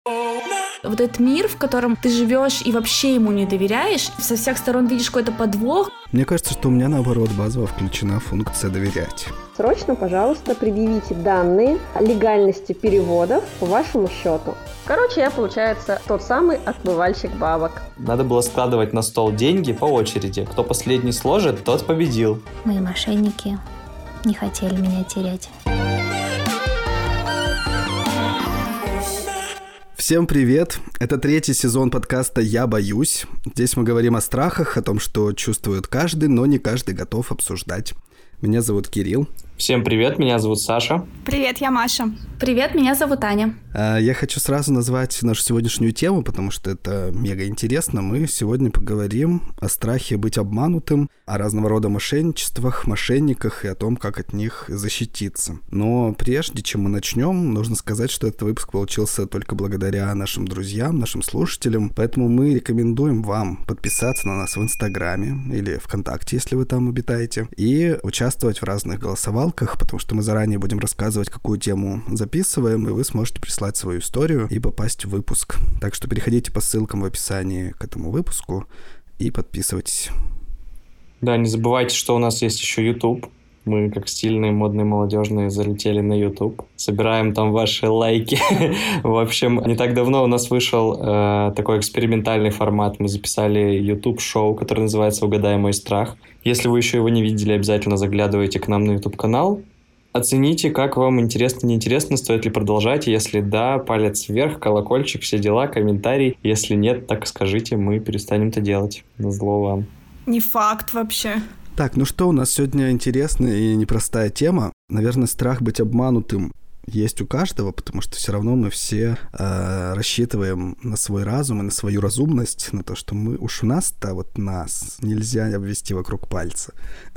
Вот этот мир, в котором ты живешь и вообще ему не доверяешь, со всех сторон видишь какой-то подвох. Мне кажется, что у меня, наоборот, базово включена функция «доверять». Срочно, пожалуйста, предъявите данные о легальности переводов по вашему счету. Короче, я, получается, тот самый отмывальщик бабок. Надо было складывать на стол деньги по очереди. Кто последний сложит, тот победил. Мои мошенники не хотели меня терять. Всем привет! Это 3-й сезон подкаста «Я боюсь». Здесь мы говорим о страхах, о том, что чувствует каждый, но не каждый готов обсуждать. Меня зовут Кирилл. Всем привет, меня зовут Саша. Привет, я Маша. Привет, меня зовут Аня. Я хочу сразу назвать нашу сегодняшнюю тему, потому что это мега интересно. Мы сегодня поговорим о страхе быть обманутым, о разного рода мошенничествах, мошенниках и о том, как от них защититься. Но прежде чем мы начнем, нужно сказать, что этот выпуск получился только благодаря нашим друзьям, нашим слушателям. Поэтому мы рекомендуем вам подписаться на нас в Инстаграме или ВКонтакте, если вы там обитаете, и участвовать в разных голосовалках, потому что мы заранее будем рассказывать, какую тему записываем, и вы сможете прислать свою историю и попасть в выпуск. Так что переходите по ссылкам в описании к этому выпуску и подписывайтесь. Да, не забывайте, что у нас есть еще YouTube. Мы, как стильные, модные, молодежные, залетели на YouTube. Собираем там ваши лайки. В общем, не так давно у нас вышел такой экспериментальный формат. Мы записали YouTube-шоу, которое называется «Угадай мой страх». Если вы еще его не видели, обязательно заглядывайте к нам на YouTube-канал. Оцените, как вам интересно, неинтересно, стоит ли продолжать. Если да, палец вверх, колокольчик, все дела, комментарий. Если нет, так скажите, мы перестанем это делать. Назло вам. Не факт вообще. Так, ну что, у нас сегодня интересная и непростая тема. Наверное, страх быть обманутым есть у каждого, потому что все равно мы все рассчитываем на свой разум и на свою разумность, на то, что мы уж у нас-то, вот нас, нельзя обвести вокруг пальца.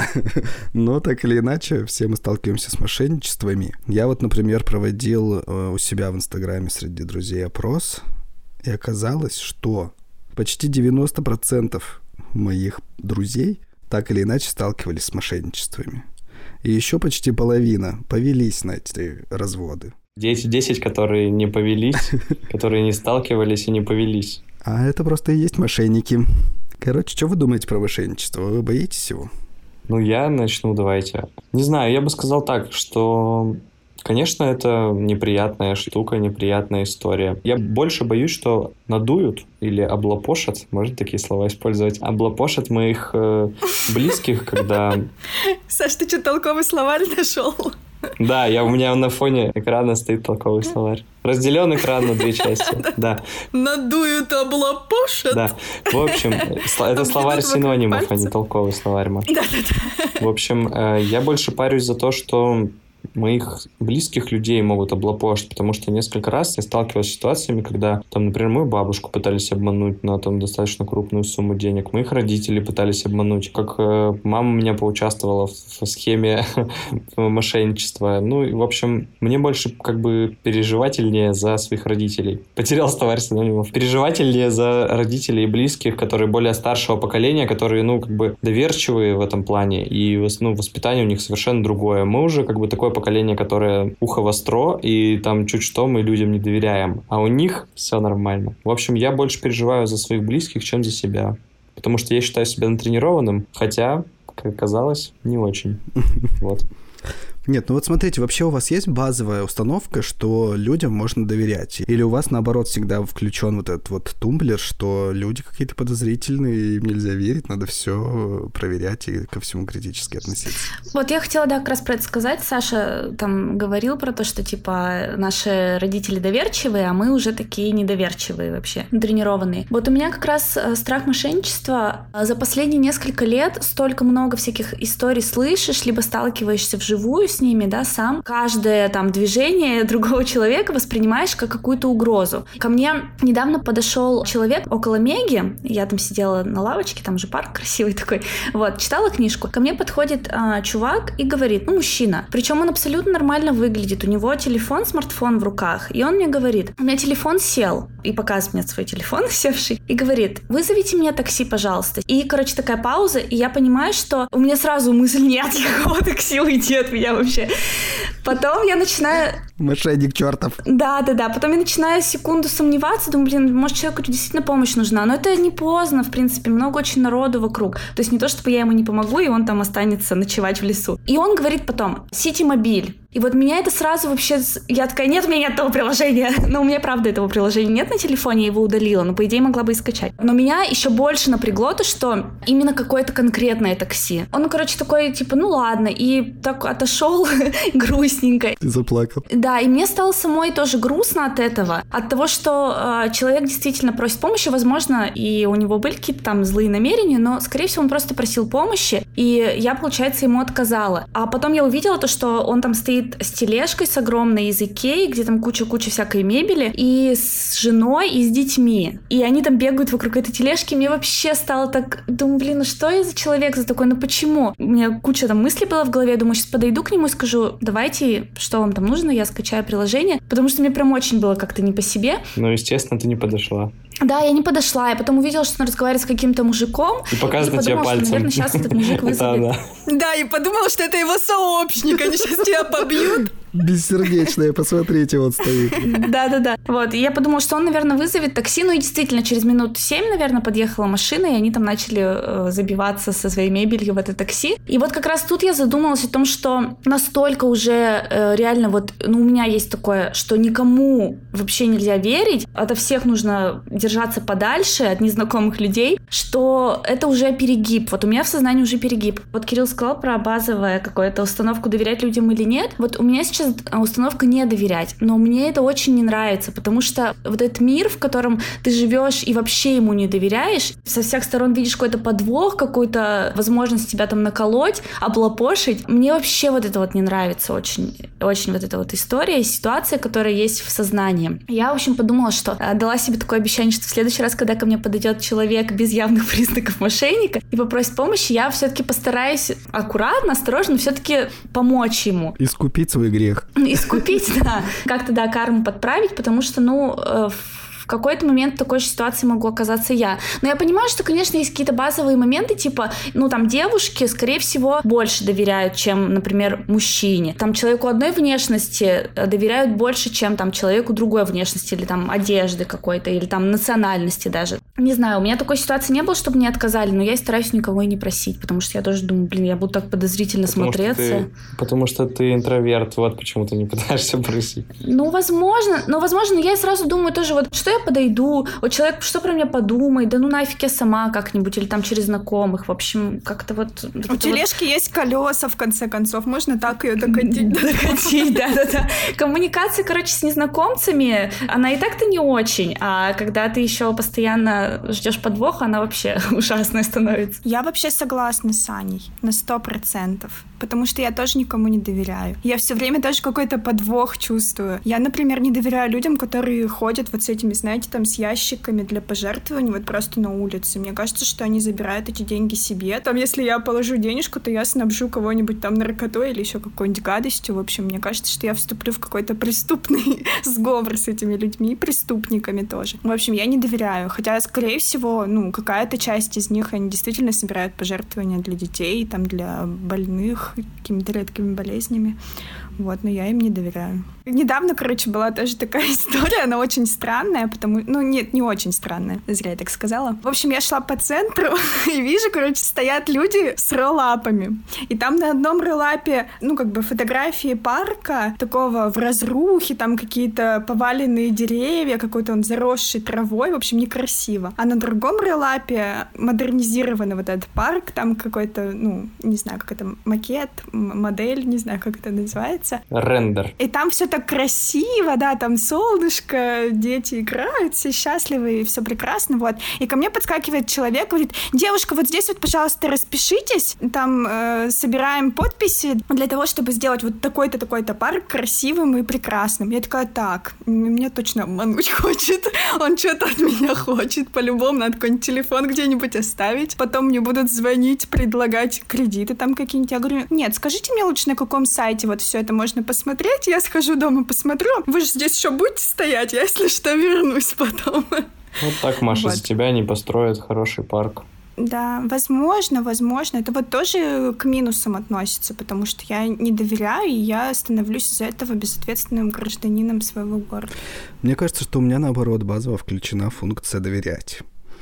Но так или иначе, все мы сталкиваемся с мошенничествами. Я вот, например, проводил у себя в Инстаграме среди друзей опрос, и оказалось, что почти 90% моих друзей так или иначе сталкивались с мошенничествами. И еще почти половина повелись на эти разводы. 10, которые не повелись, которые не сталкивались и не повелись. А это просто и есть мошенники. Короче, что вы думаете про мошенничество? Вы боитесь его? Ну, я начну, давайте. Не знаю, я бы сказал так, что... Конечно, это неприятная штука, неприятная история. Я больше боюсь, что надуют или облапошат, можно такие слова использовать, облапошат моих близких, когда... Саш, ты что, толковый словарь нашел? Да, у меня на фоне экрана стоит толковый словарь. Разделен экран на 2 части. Да. Надуют, облапошат. Да. В общем, это словарь синонимов, а не толковый словарь, Маша. Да. В общем, я больше парюсь за то, что моих близких людей могут облапошить, потому что несколько раз я сталкивался с ситуациями, когда, там, например, мою бабушку пытались обмануть на там достаточно крупную сумму денег, моих родителей пытались обмануть, как мама у меня поучаствовала в схеме мошенничества. Ну, и, в общем, мне больше как бы переживательнее за своих родителей. Потерял товарищ синонимов. Переживательнее за родителей и близких, которые более старшего поколения, которые, ну, как бы доверчивые в этом плане, и, ну, воспитание у них совершенно другое. Мы уже как бы такое поколение, которое ухо востро, и там чуть что мы людям не доверяем. А у них все нормально. В общем, я больше переживаю за своих близких, чем за себя. Потому что я считаю себя натренированным, хотя, как оказалось, не очень. Вот. Нет, ну вот смотрите, вообще у вас есть базовая установка, что людям можно доверять? Или у вас, наоборот, всегда включен вот этот вот тумблер, что люди какие-то подозрительные, им нельзя верить, надо все проверять и ко всему критически относиться? Вот я хотела, да, как раз про это сказать. Саша там говорил про то, что, типа, наши родители доверчивые, а мы уже такие недоверчивые вообще, тренированные. Вот у меня как раз страх мошенничества. За последние несколько лет столько много всяких историй слышишь, либо сталкиваешься вживую с ними, да, сам. Каждое там движение другого человека воспринимаешь как какую-то угрозу. Ко мне недавно подошел человек около Меги, я там сидела на лавочке, там же парк красивый такой, вот, читала книжку. Ко мне подходит чувак и говорит, ну, мужчина, причем он абсолютно нормально выглядит, у него телефон, смартфон в руках, и он мне говорит, у меня телефон сел, и показывает мне свой телефон севший, и говорит, вызовите мне такси, пожалуйста. И, короче, такая пауза, и я понимаю, что у меня сразу мысль, нет, никакого такси, уйди от меня вообще. Потом я начинаю... Мошенник чертов. Да. Потом я начинаю секунду сомневаться, думаю, может, человеку действительно помощь нужна. Но это не поздно, в принципе, много очень народу вокруг. То есть не то, чтобы я ему не помогу, и он там останется ночевать в лесу. И он говорит потом: Ситимобиль. И вот меня это сразу вообще... Я такая: нет, у меня нет того приложения. Но у меня, правда, этого приложения нет на телефоне, я его удалила. Но, по идее, могла бы и скачать. Но меня еще больше напрягло то, что именно какое-то конкретное такси. Он, такой, типа, ну ладно. И так отошел грустненько. Ты заплакал. Да, и мне стало самой тоже грустно от этого. От того, что человек действительно просит помощи. Возможно, и у него были какие-то там злые намерения, но, скорее всего, он просто просил помощи. И я, получается, ему отказала. А потом я увидела то, что он там стоит с тележкой с огромной из Икеи, где там куча всякой мебели, и с женой, и с детьми. И они там бегают вокруг этой тележки. Мне вообще стало так... Думаю, ну что я за человек за такой? Ну почему? У меня куча там мыслей была в голове. Думаю, сейчас подойду к нему и скажу: давайте, что вам там нужно, я скачаю приложение. Потому что мне прям очень было как-то не по себе. Ну, естественно, ты не подошла. Да, я не подошла. Я потом увидела, что он разговаривает с каким-то мужиком. И показывает на тебя пальцем. Наверное, сейчас этот мужик вызовет. Да, и подумала, что это его сообщник. Они сейчас тебя побьют. Бессердечная, посмотрите, вот стоит. Да. Вот, и я подумала, что он, наверное, вызовет такси. Ну и действительно, через минут 7, наверное, подъехала машина, и они там начали забиваться со своей мебелью в это такси. И вот как раз тут я задумалась о том, что настолько уже реально у меня есть такое, что никому вообще нельзя верить, ото всех нужно держаться подальше, от незнакомых людей, что это уже перегиб. Вот у меня в сознании уже перегиб. Вот Кирилл сказал про базовое какое-то установку доверять людям или нет. Вот у меня сейчас установка не доверять, но мне это очень не нравится, потому что вот этот мир, в котором ты живешь и вообще ему не доверяешь, со всех сторон видишь какой-то подвох, какую-то возможность тебя там наколоть, облапошить, мне вообще вот это вот не нравится очень, очень вот эта вот история и ситуация, которая есть в сознании. Я, в общем, подумала, что дала себе такое обещание, что в следующий раз, когда ко мне подойдет человек без явных признаков мошенника и попросит помощи, я все-таки постараюсь аккуратно, осторожно все-таки помочь ему. Искупить свой грех. Искупить, да. Как-то, да, карму подправить, потому что, в какой-то момент в такой же ситуации могу оказаться я. Но я понимаю, что, конечно, есть какие-то базовые моменты, типа, там девушки, скорее всего, больше доверяют, чем, например, мужчине. Там человеку одной внешности доверяют больше, чем там человеку другой внешности, или там одежды какой-то, или там национальности даже. Не знаю, у меня такой ситуации не было, чтобы мне отказали, но я и стараюсь никого и не просить, потому что я тоже думаю, я буду так подозрительно смотреться. Потому что ты интроверт, вот почему ты не пытаешься просить. Возможно, но я сразу думаю тоже, что я подойду, человек что про меня подумает, да нафиг я сама как-нибудь, или там через знакомых, в общем, как-то вот... У тележки есть колеса, в конце концов, можно так ее докатить. Докатить, да. Коммуникация, с незнакомцами, она и так-то не очень, а когда ты еще постоянно ждешь подвоха, она вообще ужасная становится. Я вообще согласна с Аней на 100%, потому что я тоже никому не доверяю. Я все время даже какой-то подвох чувствую. Я, например, не доверяю людям, которые ходят вот с этими, знаете, там с ящиками для пожертвований вот просто на улице. Мне кажется, что они забирают эти деньги себе. Там, если я положу денежку, то я снабжу кого-нибудь там наркотой или еще какой-нибудь гадостью. В общем, мне кажется, что я вступлю в какой-то преступный сговор с этими людьми, преступниками тоже. В общем, я не доверяю. Хотя, скорее всего, какая-то часть из них, они действительно собирают пожертвования для детей, там, для больных какими-то редкими болезнями. Вот, но я им не доверяю. Недавно, была тоже такая история, она очень странная, не очень странная, зря я так сказала. В общем, я шла по центру и вижу, стоят люди с роллапами. И там на одном роллапе, фотографии парка, такого в разрухе, там какие-то поваленные деревья, какой-то он заросший травой, в общем, некрасиво. А на другом роллапе модернизированный вот этот парк, там какой-то, не знаю, как это, макет, модель, не знаю, как это называется. Рендер. И там все так красиво, да, там солнышко, дети играют, все счастливы, и все прекрасно, вот. И ко мне подскакивает человек, говорит: девушка, вот здесь вот, пожалуйста, распишитесь, там собираем подписи для того, чтобы сделать вот такой-то, такой-то парк красивым и прекрасным. Я такая: так, меня точно обмануть хочет, он что-то от меня хочет, по-любому надо какой-нибудь телефон где-нибудь оставить, потом мне будут звонить, предлагать кредиты там какие-нибудь. Я говорю: нет, скажите мне лучше, на каком сайте вот все это можно посмотреть, я схожу дома, посмотрю. Вы же здесь еще будете стоять, я, если что, вернусь потом. Вот так, Маша, за тебя не построят хороший парк. Да, возможно. Это вот тоже к минусам относится, потому что я не доверяю, и я становлюсь из-за этого безответственным гражданином своего города. Мне кажется, что у меня, наоборот, базово включена функция «доверять».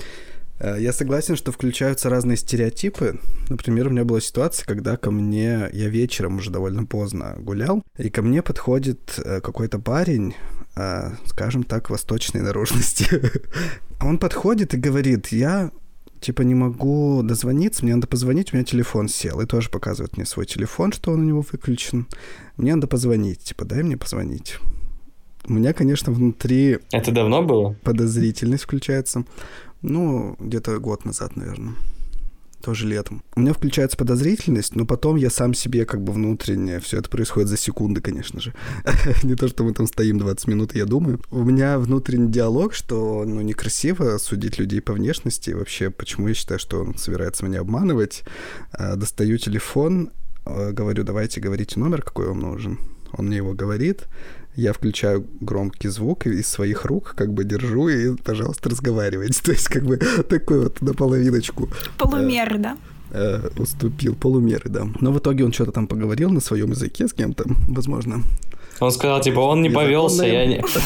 Я согласен, что включаются разные стереотипы. Например, у меня была ситуация, когда я вечером уже довольно поздно гулял, и ко мне подходит какой-то парень, скажем так, восточной наружности. Он подходит и говорит: я не могу дозвониться, мне надо позвонить, у меня телефон сел. И тоже показывает мне свой телефон, что он у него выключен. Мне надо позвонить, дай мне позвонить. У меня, конечно, внутри... Это давно было? Подозрительность включается. Где-то год назад, наверное. Тоже летом. У меня включается подозрительность, но потом я сам себе внутренне... Все это происходит за секунды, конечно же. Не то, что мы там стоим 20 минут, и я думаю. У меня внутренний диалог, что некрасиво судить людей по внешности. И вообще, почему я считаю, что он собирается меня обманывать. Достаю телефон, говорю: давайте говорите номер, какой вам нужен. Он мне его говорит. Я включаю громкий звук из своих рук, держу и, пожалуйста, разговаривайте. То есть, такой вот наполовиночку. Полумеры, да? Уступил, полумеры, да. Но в итоге он что-то там поговорил на своем языке с кем-то, возможно. Он сказал, он не повелся, я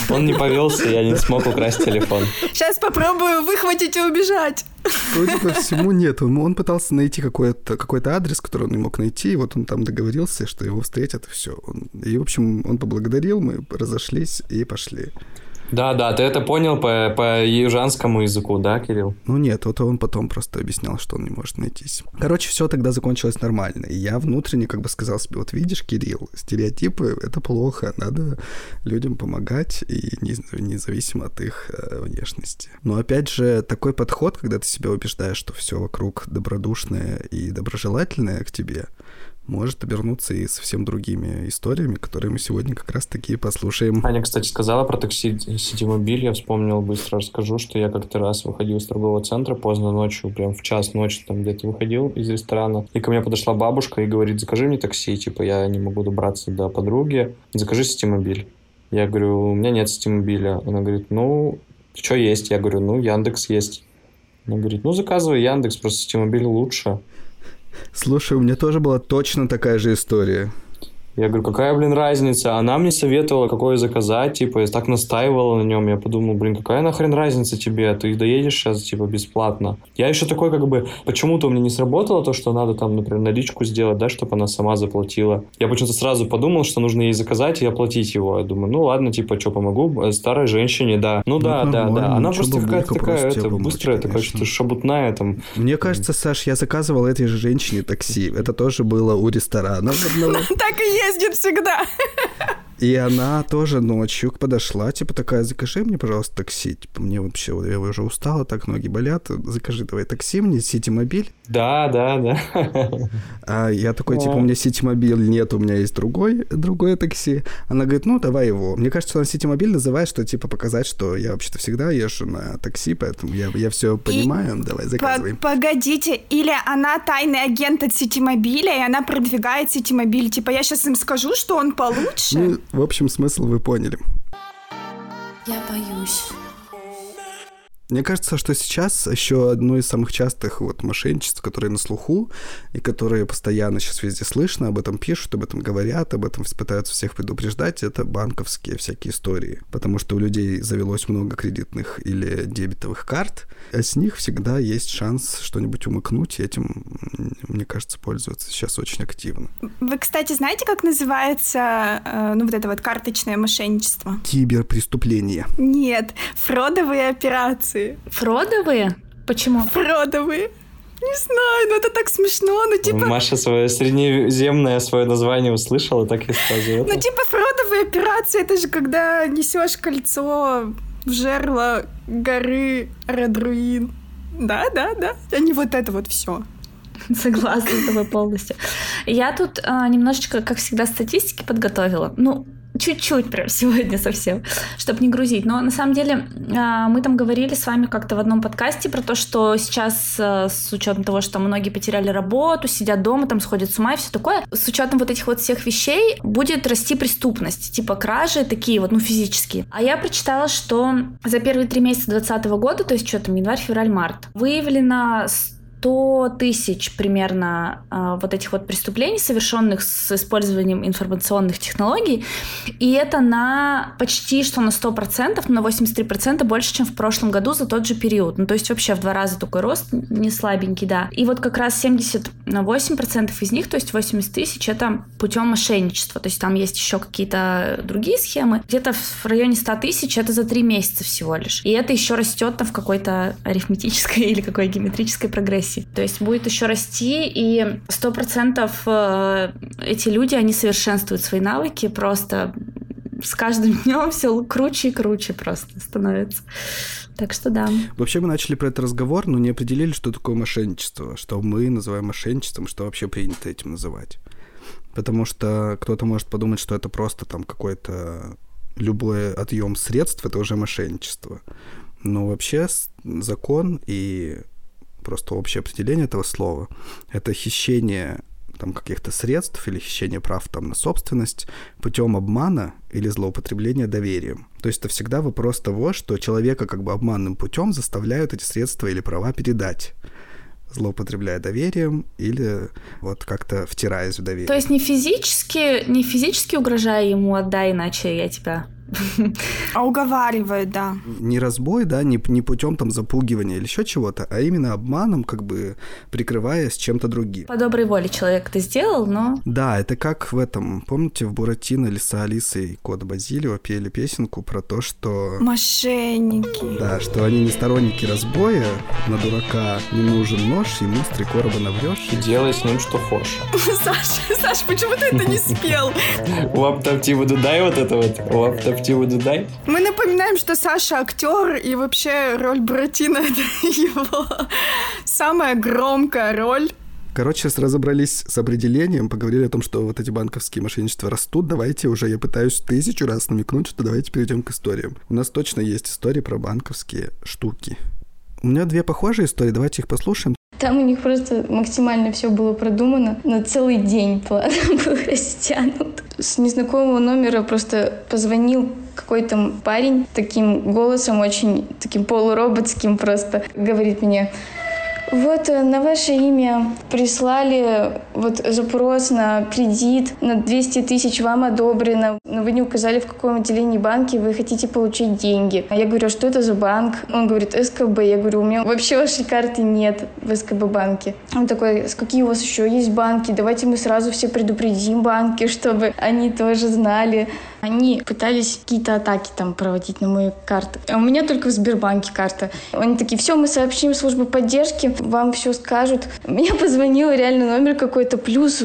не смог украсть телефон. Сейчас попробую выхватить и убежать. Судя по всему, нет. Он пытался найти какой-то адрес, который он не мог найти, и вот он там договорился, что его встретят, и все. И, в общем, он поблагодарил, мы разошлись и пошли. Да, ты это понял по южанскому языку, да, Кирилл? Нет, вот он потом просто объяснял, что он не может найтись. Короче, все тогда закончилось нормально. И я внутренне сказал себе: вот видишь, Кирилл, стереотипы — это плохо, надо людям помогать, и независимо от их внешности. Но опять же, такой подход, когда ты себя убеждаешь, что все вокруг добродушное и доброжелательное к тебе, может обернуться и совсем другими историями, которые мы сегодня как раз-таки послушаем. Аня, кстати, сказала про такси Ситимобиль. Я вспомнил, быстро расскажу, что я как-то раз выходил из торгового центра поздно ночью, прям в час ночи там где-то выходил из ресторана, и ко мне подошла бабушка и говорит: закажи мне такси, я не могу добраться до подруги, закажи Ситимобиль. Я говорю: у меня нет Ситимобиля. Она говорит: что есть? Я говорю: Яндекс есть. Она говорит: заказывай Яндекс, просто Ситимобиль лучше. Слушай, у меня тоже была точно такая же история. Я говорю: какая, разница? Она мне советовала, какое заказать, я так настаивала на нем. Я подумал: какая нахрен разница тебе? Ты доедешь сейчас, бесплатно. Я еще такой, почему-то у меня не сработало то, что надо там, например, наличку сделать, да, чтобы она сама заплатила. Я почему-то сразу подумал, что нужно ей заказать и оплатить его. Я думаю: ладно, что помогу старой женщине, да. Да. Она просто какая-то такая, быстрая, такая, что-то шабутная там. Мне кажется, Саш, я заказывал этой же женщине такси. Это тоже было у ресторана. Так и ездит всегда. И она тоже ночью подошла, такая: закажи мне, пожалуйста, такси. Мне вообще, я уже устала, так ноги болят. Закажи давай такси мне, Ситимобиль. Да. А я такой, у меня Ситимобиль нет, у меня есть другое такси. Она говорит: давай его. Мне кажется, она Ситимобиль называет, что показать, что я вообще-то всегда езжу на такси, поэтому я все понимаю, давай заказывай. Погодите, или она тайный агент от Ситимобиля, и она продвигает Ситимобиль. Я сейчас им скажу, что он получше. В общем, смысл вы поняли. Я боюсь. Мне кажется, что сейчас еще одно из самых частых мошенничеств, которые на слуху, и которые постоянно сейчас везде слышно, об этом пишут, об этом говорят, об этом пытаются всех предупреждать, это банковские всякие истории. Потому что у людей завелось много кредитных или дебетовых карт, а с них всегда есть шанс что-нибудь умыкнуть, и этим, мне кажется, пользуются сейчас очень активно. Вы, кстати, знаете, как называется это карточное мошенничество? Киберпреступление. Нет, фродовые операции. Фродовые? Почему? Фродовые. Не знаю, это так смешно, Маша свое среднеземное название услышала, так и сказала. Фродовые операции, это же когда несешь кольцо в жерло горы Редруин. Да. А не это все. Согласна с тобой полностью. Я тут немножечко, как всегда, статистики подготовила. Чуть-чуть прям сегодня совсем, чтобы не грузить. Но на самом деле мы там говорили с вами как-то в одном подкасте про то, что сейчас с учетом того, что многие потеряли работу, сидят дома, там сходят с ума и все такое, с учетом этих всех вещей будет расти преступность, кражи такие физические. А я прочитала, что за первые 3 месяца 2020 года, то есть январь, февраль, март, выявлено 100 тысяч примерно вот этих вот преступлений, совершенных с использованием информационных технологий, и это на почти что на 100%, на 83% больше, чем в прошлом году за тот же период. Ну, то есть вообще в 2 раза такой рост, не слабенький, да. И вот как раз 78% из них, то есть 80 тысяч, это путем мошенничества. То есть там есть еще какие-то другие схемы. Где-то в районе 100 тысяч это за 3 месяца всего лишь. И это еще растет там в какой-то арифметической или какой геометрической прогрессии. То есть будет еще расти, и 100% эти люди, они совершенствуют свои навыки, просто с каждым днем все круче и круче просто становится. Так что да. Вообще мы начали про этот разговор, но не определили, что такое мошенничество, что мы называем мошенничеством, что вообще принято этим называть. Потому что кто-то может подумать, что это просто там какой-то любой отъем средств, это уже мошенничество. Но вообще закон и просто общее определение этого слова — это хищение там каких-то средств или хищение прав там на собственность путем обмана или злоупотребления доверием. То есть это всегда вопрос того, что человека как бы обманным путем заставляют эти средства или права передать, злоупотребляя доверием или вот как-то втираясь в доверие. То есть не физически угрожая ему, отдай, иначе я тебя... А уговаривают, да. Не разбой, да, не путем там запугивания или еще чего-то, а именно обманом, как бы прикрываясь чем-то другим. По доброй воле человек это сделал, но... Да, это как в этом, помните, в Буратино Лиса Алиса и Кот Базилио пели песенку про то, что... Мошенники. Да, что они не сторонники разбоя, на дурака не нужен нож, ему с 3 короба наврёшь. Делай с ним, что хочешь. Саш, почему ты это не спел? Лап-тап-ти-ву-ду-дай вот это вот. Лап-тап-ти-ву-ду-дай. Мы напоминаем, что Саша актер, и вообще роль Буратино — это его самая громкая роль. Короче, разобрались с определением, поговорили о том, что вот эти банковские мошенничества растут. Давайте уже, я пытаюсь 1000 раз намекнуть, что давайте перейдем к историям. У нас точно есть истории про банковские штуки. У меня 2 похожие истории, давайте их послушаем. Там у них просто максимально все было продумано. На целый день план был растянут. С незнакомого номера просто позвонил какой-то парень таким голосом, очень таким полуроботским просто. Говорит мне: вот на ваше имя прислали вот запрос на кредит на 200 тысяч, вам одобрено, но вы не указали, в каком отделении банка вы хотите получить деньги. А я говорю: а что это за банк? Он говорит: СКБ. Я говорю: у меня вообще вашей карты нет в СКБ банке. Он такой: какие у вас еще есть банки? Давайте мы сразу все предупредим банки, чтобы они тоже знали. Они пытались какие-то атаки там проводить на мои карты. А у меня только в Сбербанке карта. Они такие: все, мы сообщим в службу поддержки, вам все скажут. Мне позвонил реально номер какой-то плюс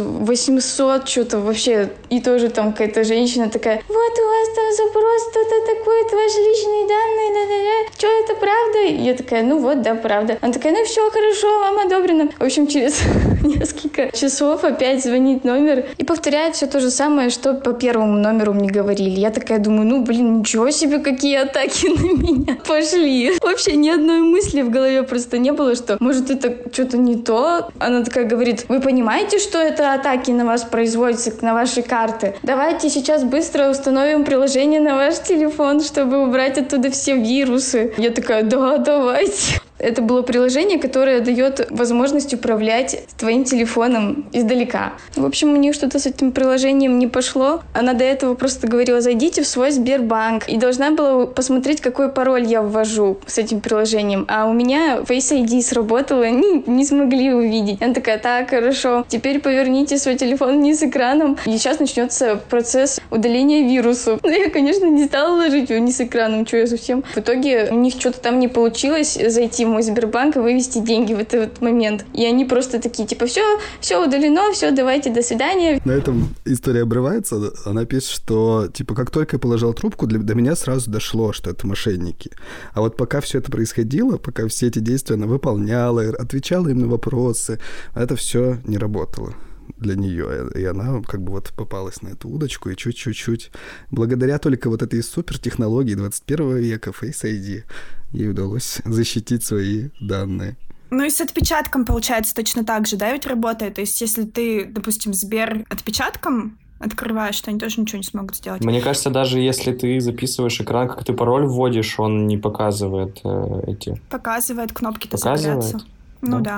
800 что-то вообще. И тоже там какая-то женщина такая: вот у вас там запрос, что-то такое, это ваши личные данные, да-да-да. Что, это правда? И я такая: ну вот, да, правда. Она такая: ну все, хорошо, вам одобрено. В общем, через несколько часов опять звонит номер и повторяет все то же самое, что по первому номеру мне говорили. Я такая думаю: ну, блин, ничего себе, какие атаки на меня пошли. Вообще ни одной мысли в голове просто не было, что может это что-то не то. Она такая говорит: вы понимаете, что это атаки на вас производятся, на ваши карты? Давайте сейчас быстро установим приложение на ваш телефон, чтобы убрать оттуда все вирусы. Я такая: да, давайте. Это было приложение, которое дает возможность управлять твоим телефоном издалека. В общем, у них что-то с этим приложением не пошло. Она до этого просто говорила: зайдите в свой Сбербанк. И должна была посмотреть, какой пароль я ввожу с этим приложением. А у меня Face ID сработало, они не смогли увидеть. Она такая: так, хорошо, теперь поверните свой телефон вниз экраном. И сейчас начнется процесс удаления вирусов. Но я, конечно, не стала ложить его вниз экраном, что я совсем. В итоге у них что-то там не получилось зайти в мой Сбербанк и вывести деньги в этот момент. И они просто такие, типа: все удалено, все, давайте, до свидания. На этом история обрывается. Она пишет, что, типа, как только я положил трубку, до меня сразу дошло, что это мошенники. А вот пока все это происходило, пока все эти действия она выполняла, отвечала им на вопросы, это все не работало для нее. И она как бы вот попалась на эту удочку, и чуть-чуть, благодаря только вот этой супертехнологии 21 века, Face ID, ей удалось защитить свои данные. Ну и с отпечатком, получается, точно так же, да, ведь работает? То есть если ты, допустим, Сбер отпечатком открываешь, то они тоже ничего не смогут сделать. Мне кажется, даже если ты записываешь экран, как ты пароль вводишь, он не показывает эти... Показывает, кнопки-то загорятся. Ну да.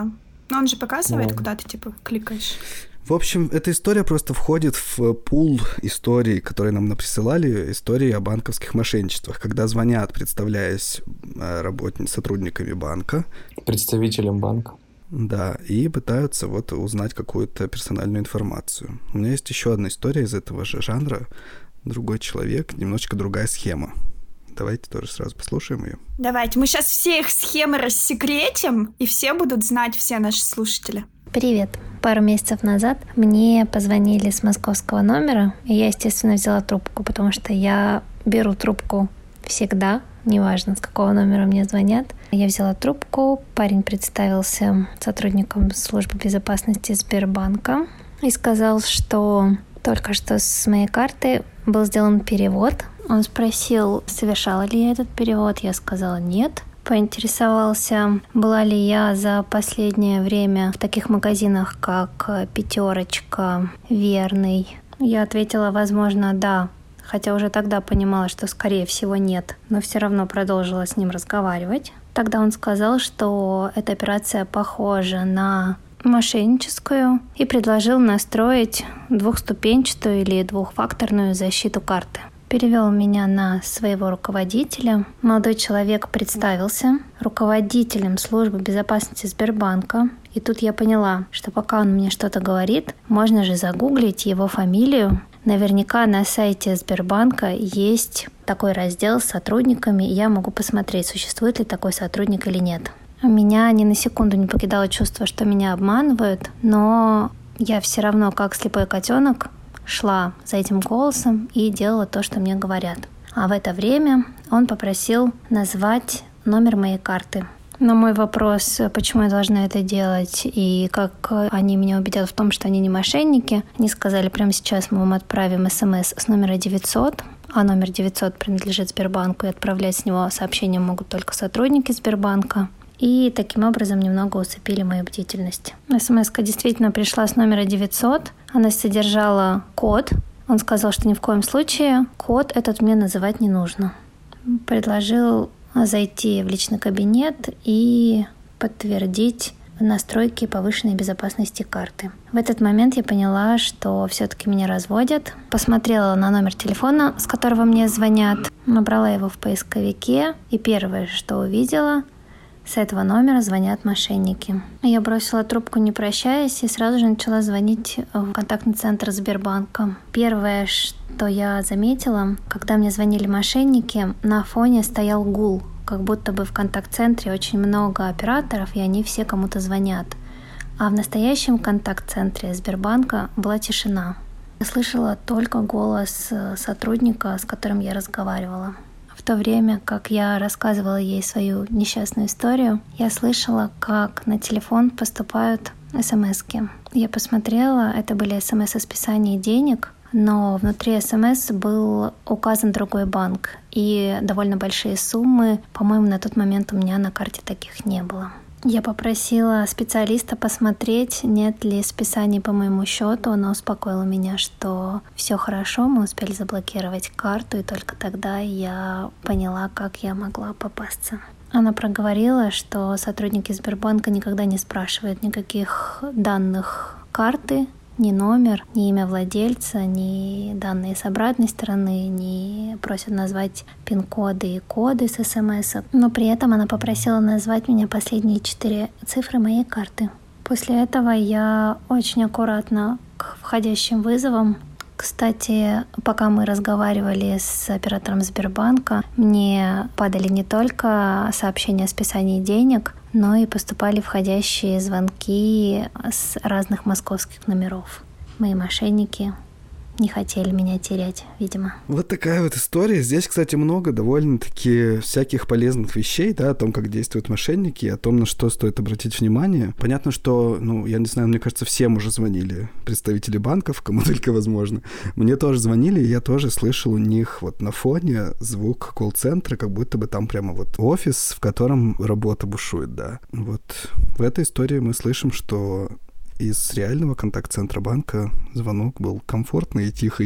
Но он же показывает, Да. куда ты, типа, кликаешь. В общем, эта история просто входит в пул историй, которые нам присылали, истории о банковских мошенничествах, когда звонят, представляясь сотрудниками банка. Представителем банка. Да, и пытаются вот узнать какую-то персональную информацию. У меня есть еще одна история из этого же жанра. Другой человек, немножечко другая схема. Давайте тоже сразу послушаем ее. Давайте, мы сейчас все их схемы рассекретим, и все будут знать, все наши слушатели. Привет. Пару месяцев назад мне позвонили с московского номера, и я, естественно, взяла трубку, потому что я беру трубку всегда, неважно, с какого номера мне звонят. Я взяла трубку, парень представился сотрудником службы безопасности Сбербанка и сказал, что только что с моей карты был сделан перевод. Он спросил, совершала ли я этот перевод. Я сказала нет. Поинтересовался, была ли я за последнее время в таких магазинах, как «Пятерочка», «Верный». Я ответила, возможно, да, хотя уже тогда понимала, что, скорее всего, нет, но все равно продолжила с ним разговаривать. Тогда он сказал, что эта операция похожа на мошенническую и предложил настроить двухступенчатую или двухфакторную защиту карты. Перевел меня на своего руководителя. Молодой человек представился руководителем службы безопасности Сбербанка. И тут я поняла, что пока он мне что-то говорит, можно же загуглить его фамилию. Наверняка на сайте Сбербанка есть такой раздел с сотрудниками, и я могу посмотреть, существует ли такой сотрудник или нет. Меня ни на секунду не покидало чувство, что меня обманывают, но я все равно, как слепой котенок, шла за этим голосом и делала то, что мне говорят. А в это время он попросил назвать номер моей карты. На мой вопрос, почему я должна это делать и как они меня убедят в том, что они не мошенники, они сказали, прямо сейчас мы вам отправим смс с номера 900, а номер 900 принадлежит Сбербанку, и отправлять с него сообщения могут только сотрудники Сбербанка. И таким образом немного усыпили мою бдительность. СМС-ка действительно пришла с номера 900. Она содержала код. Он сказал, что ни в коем случае код этот мне называть не нужно. Предложил зайти в личный кабинет и подтвердить настройки повышенной безопасности карты. В этот момент я поняла, что все-таки меня разводят. Посмотрела на номер телефона, с которого мне звонят. Набрала его в поисковике. И первое, что увидела, с этого номера звонят мошенники. Я бросила трубку, не прощаясь, и сразу же начала звонить в контактный центр Сбербанка. Первое, что я заметила, когда мне звонили мошенники, на фоне стоял гул, как будто бы в контакт-центре очень много операторов, и они все кому-то звонят. А в настоящем контакт-центре Сбербанка была тишина. Я слышала только голос сотрудника, с которым я разговаривала. В то время, как я рассказывала ей свою несчастную историю, я слышала, как на телефон поступают смс-ки. Я посмотрела, это были смс о списании денег, но внутри смс был указан другой банк и довольно большие суммы. По-моему, на тот момент у меня на карте таких не было. Я попросила специалиста посмотреть, нет ли списаний по моему счету. Она успокоила меня, что все хорошо, мы успели заблокировать карту, и только тогда я поняла, как я могла попасться. Она проговорила, что сотрудники Сбербанка никогда не спрашивают никаких данных карты, ни номер, ни имя владельца, ни данные с обратной стороны, не просят назвать пин-коды и коды с смс. Но при этом она попросила назвать меня последние 4 цифры моей карты. После этого я очень аккуратно к входящим вызовам. Кстати, пока мы разговаривали с оператором Сбербанка, мне падали не только сообщения о списании денег, но и поступали входящие звонки с разных московских номеров. Мои мошенники не хотели меня терять, видимо. Вот такая вот история. Здесь, кстати, много довольно-таки всяких полезных вещей, да, о том, как действуют мошенники, о том, на что стоит обратить внимание. Понятно, что, я не знаю, мне кажется, всем уже звонили представители банков, кому только возможно. Мне тоже звонили, и я тоже слышал у них вот на фоне звук колл-центра, как будто бы там прямо вот офис, в котором работа бушует, да. Вот в этой истории мы слышим, что из реального контакт-центра банка звонок был комфортный и тихий.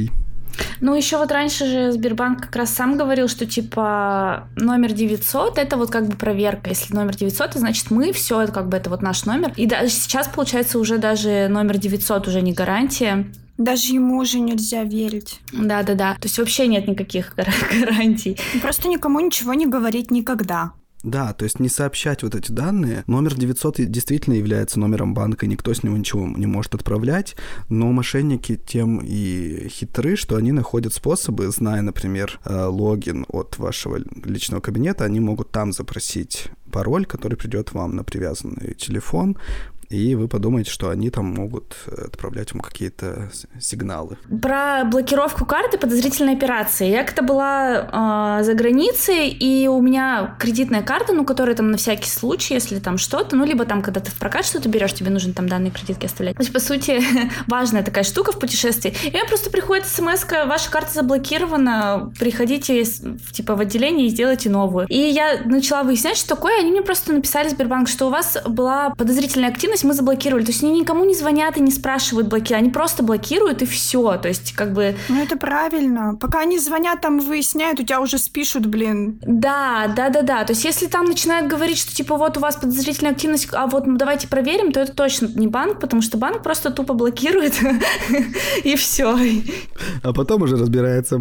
Ну, еще вот раньше же Сбербанк как раз сам говорил, что типа номер 900 это вот как бы проверка. Если номер 900, то значит мы, все, это как бы это вот наш номер. И даже сейчас, получается, уже даже номер 900 уже не гарантия. Даже ему уже нельзя верить. Да-да-да. То есть вообще нет никаких гарантий. Просто никому ничего не говорить никогда. Да, то есть не сообщать вот эти данные. Номер 900 действительно является номером банка, никто с него ничего не может отправлять, но мошенники тем и хитры, что они находят способы, зная, например, логин от вашего личного кабинета, они могут там запросить пароль, который придет вам на привязанный телефон, и вы подумаете, что они там могут отправлять вам какие-то сигналы. Про блокировку карты подозрительной операции. Я как-то была за границей, и у меня кредитная карта, ну, которая там на всякий случай, если там что-то, ну, либо там, когда ты в прокат что-то берешь, тебе нужно там данные кредитки оставлять. То есть, по сути, важная такая штука в путешествии. И мне просто приходит смс-ка: ваша карта заблокирована, приходите типа в отделение и сделайте новую. И я начала выяснять, что такое. Они мне просто написали, Сбербанк, что у вас была подозрительная активность, мы заблокировали. То есть они никому не звонят и не спрашивают блокировать, они просто блокируют и все. То есть как бы... Ну это правильно. Пока они звонят, там выясняют, у тебя уже спишут, блин. Да. То есть если там начинают говорить, что типа вот у вас подозрительная активность, а вот давайте проверим, то это точно не банк, потому что банк просто тупо блокирует и все. А потом уже разбирается.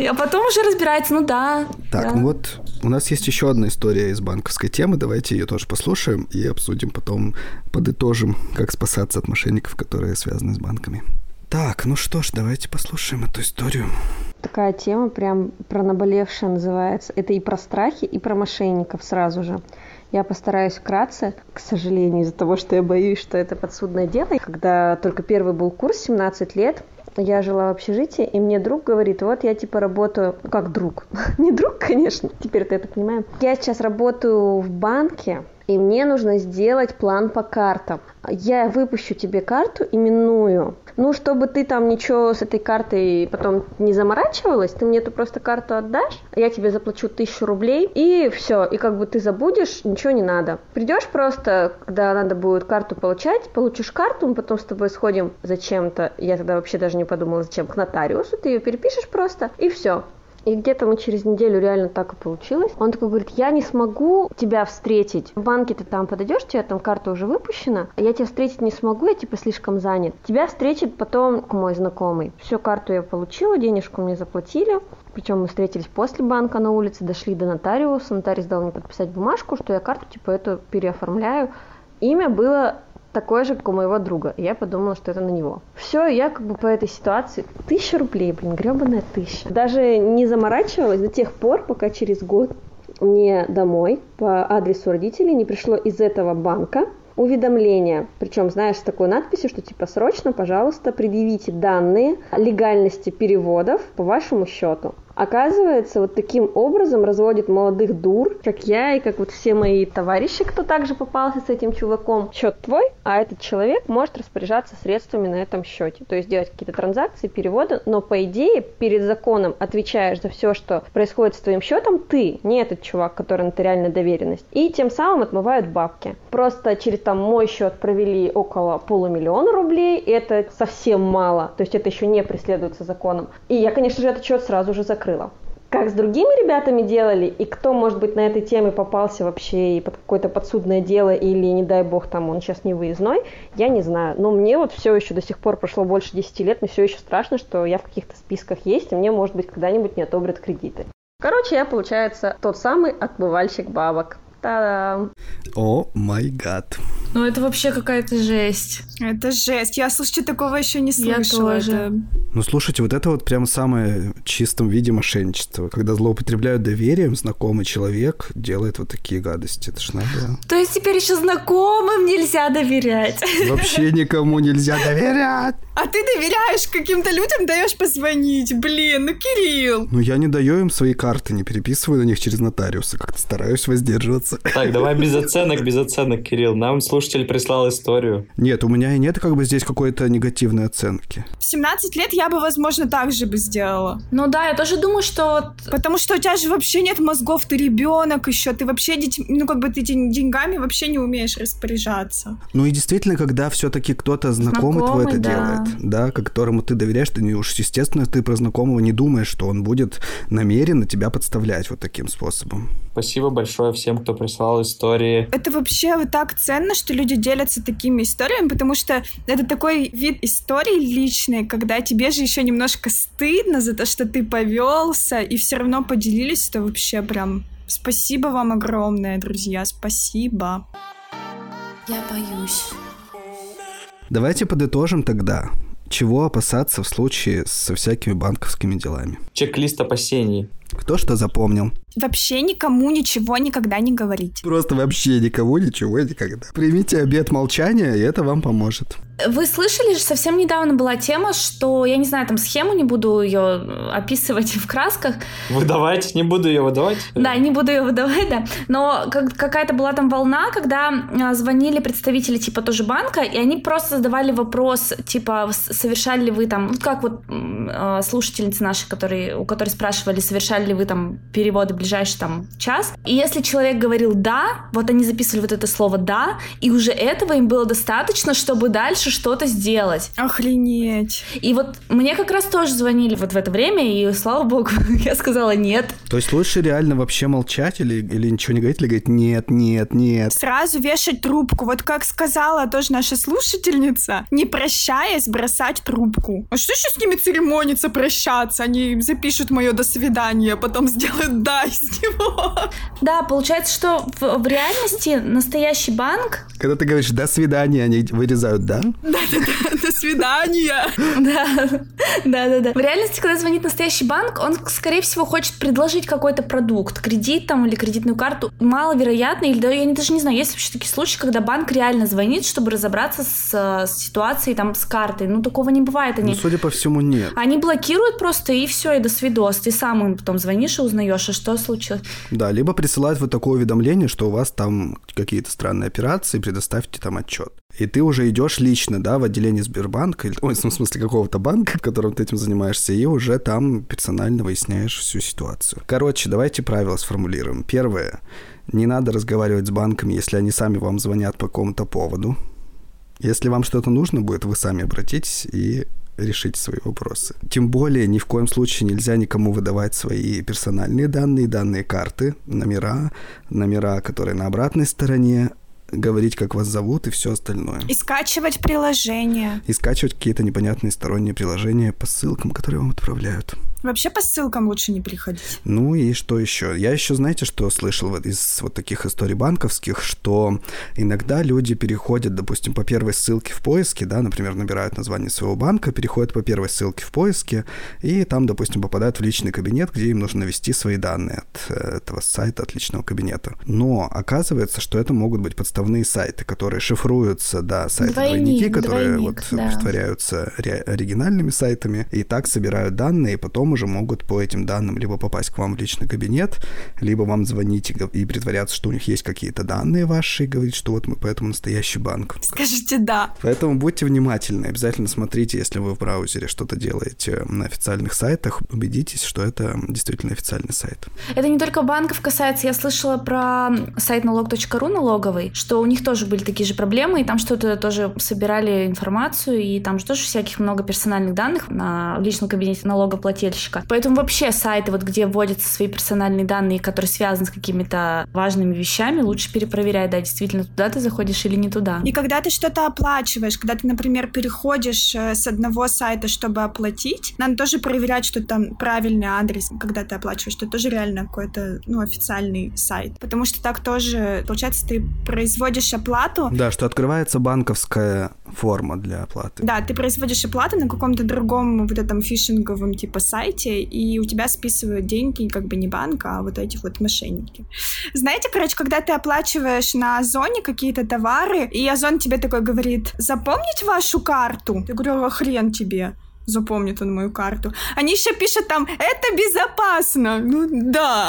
Ну да. Так, ну вот у нас есть еще одна история из банковской темы. Давайте ее тоже послушаем и обсудим потом, подытожим, как спасаться от мошенников, которые связаны с банками. Так, ну что ж, давайте послушаем эту историю. Такая тема прям про наболевшая называется. Это и про страхи, и про мошенников сразу же. Я постараюсь вкратце, к сожалению, из-за того, что я боюсь, что это подсудное дело. Когда только первый был курс, 17 лет, я жила в общежитии, и мне друг говорит: вот я типа работаю, ну как друг, не друг, конечно, теперь-то я это понимаю. Я сейчас работаю в банке, и мне нужно сделать план по картам. Я выпущу тебе карту именную. Ну, чтобы ты там ничего с этой картой потом не заморачивалась, ты мне эту просто карту отдашь, я тебе заплачу 1000 рублей, и все. И как бы ты забудешь, ничего не надо. Придешь просто, когда надо будет карту получать, получишь карту, мы потом с тобой сходим зачем-то, я тогда вообще даже не подумала, зачем, к нотариусу, ты ее перепишешь просто, и все. И где-то мы через неделю реально так и получилось. Он такой говорит: я не смогу тебя встретить. В банке ты там подойдешь, у тебя там карта уже выпущена, а я тебя встретить не смогу, я типа слишком занят. Тебя встретит потом мой знакомый. Всю карту я получила, денежку мне заплатили. Причем мы встретились после банка на улице, дошли до нотариуса. Нотариус дал мне подписать бумажку, что я карту типа эту переоформляю. Имя было такой же, как у моего друга. Я подумала, что это на него. Все, я как бы по этой ситуации 1000 рублей, блин, гребаная 1000. Даже не заморачивалась до тех пор, пока через год мне домой по адресу родителей не пришло из этого банка уведомление. Причем, знаешь, с такой надписью, что типа срочно, пожалуйста, предъявите данные легальности переводов по вашему счету. Оказывается, вот таким образом разводит молодых дур, как я и как вот все мои товарищи, кто также попался с этим чуваком. Счет твой, а этот человек может распоряжаться средствами на этом счете. То есть делать какие-то транзакции, переводы, но по идее перед законом отвечаешь за все, что происходит с твоим счетом ты, не этот чувак, который нотариальная доверенность. И тем самым отмывают бабки. Просто через там мой счет провели около 500 000 рублей, и это совсем мало. То есть это еще не преследуется законом. И я, конечно же, этот счет сразу же закрыла. Как с другими ребятами делали, и кто, может быть, на этой теме попался вообще и под какое-то подсудное дело, или, не дай бог, там он сейчас не выездной, я не знаю. Но мне вот все еще до сих пор прошло больше 10 лет, мне все еще страшно, что я в каких-то списках есть, и мне, может быть, когда-нибудь не одобрят кредиты. Короче, я, получается, тот самый отмывальщик бабок. Та-дам! О май гад. Ну это вообще какая-то жесть. Это жесть. Я, слушайте, такого еще не слышала. Я тоже. Это... Ну, слушайте, вот это вот прям самое в чистом виде мошенничество. Когда злоупотребляют доверием, знакомый человек делает вот такие гадости. Это ж надо... То есть теперь еще знакомым нельзя доверять? Вообще никому нельзя доверять. А ты доверяешь каким-то людям, даешь позвонить. Блин, ну Кирилл. Ну, я не даю им свои карты, не переписываю на них через нотариуса. Как-то стараюсь воздерживаться. Так, давай без оценок, Кирилл. Нам слушают слушатель прислал историю. Нет, у меня и нет как бы здесь какой-то негативной оценки. В 17 лет я бы, возможно, так же бы сделала. Ну да, я тоже думаю, что... Потому что у тебя же вообще нет мозгов, ты ребенок еще, ты вообще ты этими деньгами вообще не умеешь распоряжаться. Ну и действительно, когда все-таки кто-то знакомый твой это делает, да, которому ты доверяешь, ты уж, естественно, ты про знакомого не думаешь, что он будет намеренно тебя подставлять вот таким способом. Спасибо большое всем, кто прислал истории. Это вообще вот так ценно, что люди делятся такими историями, потому что это такой вид истории личной, когда тебе же еще немножко стыдно за то, что ты повелся, и все равно поделились, это вообще прям... Спасибо вам огромное, друзья, спасибо. Я боюсь. Давайте подытожим тогда. Чего опасаться в случае со всякими банковскими делами? Чек-лист опасений. Кто что запомнил? Вообще никому ничего никогда не говорить. Просто вообще никому ничего никогда. Примите обет молчания, и это вам поможет. Вы слышали же, совсем недавно была тема, что, я не знаю, там схему, не буду ее описывать в красках. Выдавать? Не буду ее выдавать? Да, не буду ее выдавать, да. Но какая-то была там волна, когда звонили представители типа тоже банка, и они просто задавали вопрос, типа, совершали ли вы там, ну как вот слушательницы наши, у которой спрашивали, совершали ли вы там переводы в ближайший там час. И если человек говорил «да», вот они записывали вот это слово «да», и уже этого им было достаточно, чтобы дальше что-то сделать. Охренеть. И вот мне как раз тоже звонили вот в это время, и слава богу, я сказала «нет». То есть лучше реально вообще молчать или ничего не говорить, или говорить «нет, нет, нет». Сразу вешать трубку. Вот как сказала тоже наша слушательница, не прощаясь, бросать трубку. А что еще с ними церемониться, прощаться? Они запишут мое «до свидания», потом сделают «да» из него. Да, получается, что в реальности настоящий банк... Когда ты говоришь «до свидания», они вырезают «да»? Да-да-да, до свидания. Да. В реальности, когда звонит настоящий банк, он, скорее всего, хочет предложить какой-то продукт, кредит там или кредитную карту. Маловероятно, или да, я даже не знаю, есть вообще такие случаи, когда банк реально звонит, чтобы разобраться с ситуацией там с картой. Ну, такого не бывает. Ну, судя по всему, нет. Они блокируют просто, и все, и до свидос. Ты сам им потом звонишь и узнаешь, а что случилось. Да, либо присылают вот такое уведомление, что у вас там какие-то странные операции, предоставьте там отчет. И ты уже идешь лично, да, в отделение Сбербанка, в смысле какого-то банка, в котором ты этим занимаешься, и уже там персонально выясняешь всю ситуацию. Короче, давайте правила сформулируем. Первое. Не надо разговаривать с банками, если они сами вам звонят по какому-то поводу. Если вам что-то нужно будет, вы сами обратитесь и решите свои вопросы. Тем более, ни в коем случае нельзя никому выдавать свои персональные данные карты, номера, которые на обратной стороне, говорить, как вас зовут, и все остальное. И скачивать приложения. И скачивать какие-то непонятные сторонние приложения по ссылкам, которые вам отправляют. Вообще по ссылкам лучше не приходить. Ну и что еще? Я еще, знаете, что слышал из вот таких историй банковских, что иногда люди переходят, допустим, по первой ссылке в поиске, да, например, набирают название своего банка, переходят по первой ссылке в поиске, и там, допустим, попадают в личный кабинет, где им нужно ввести свои данные от этого сайта, от личного кабинета. Но оказывается, что это могут быть подставные сайты, которые шифруются, да, сайты-двойники, которые притворяются оригинальными сайтами, и так собирают данные, и потом уже могут по этим данным либо попасть к вам в личный кабинет, либо вам звонить и притворяться, что у них есть какие-то данные ваши, и говорить, что вот мы поэтому настоящий банк. Скажите «да». Поэтому будьте внимательны, обязательно смотрите, если вы в браузере что-то делаете на официальных сайтах, убедитесь, что это действительно официальный сайт. Это не только банков касается, я слышала про сайт налог.ру налоговый, что у них тоже были такие же проблемы, и там что-то тоже собирали информацию, и там же тоже всяких много персональных данных в личном кабинете налогоплательщика. Поэтому вообще сайты, вот где вводятся свои персональные данные, которые связаны с какими-то важными вещами, лучше перепроверять, да, действительно туда ты заходишь или не туда. И когда ты что-то оплачиваешь, когда ты, например, переходишь с одного сайта, чтобы оплатить, надо тоже проверять, что там правильный адрес, когда ты оплачиваешь, что это тоже реально какой-то, официальный сайт. Потому что так тоже, получается, ты производишь оплату. Да, что открывается банковская форма для оплаты. Да, ты производишь оплату на каком-то другом вот этом фишинговом типа сайте, и у тебя списывают деньги как бы не банк, а вот эти вот мошенники. Знаете, короче, когда ты оплачиваешь на Озоне какие-то товары, и Озон тебе такой говорит: запомнить вашу карту? Я говорю: а хрен тебе. Запомнит он мою карту. Они еще пишут там: это безопасно. Ну да.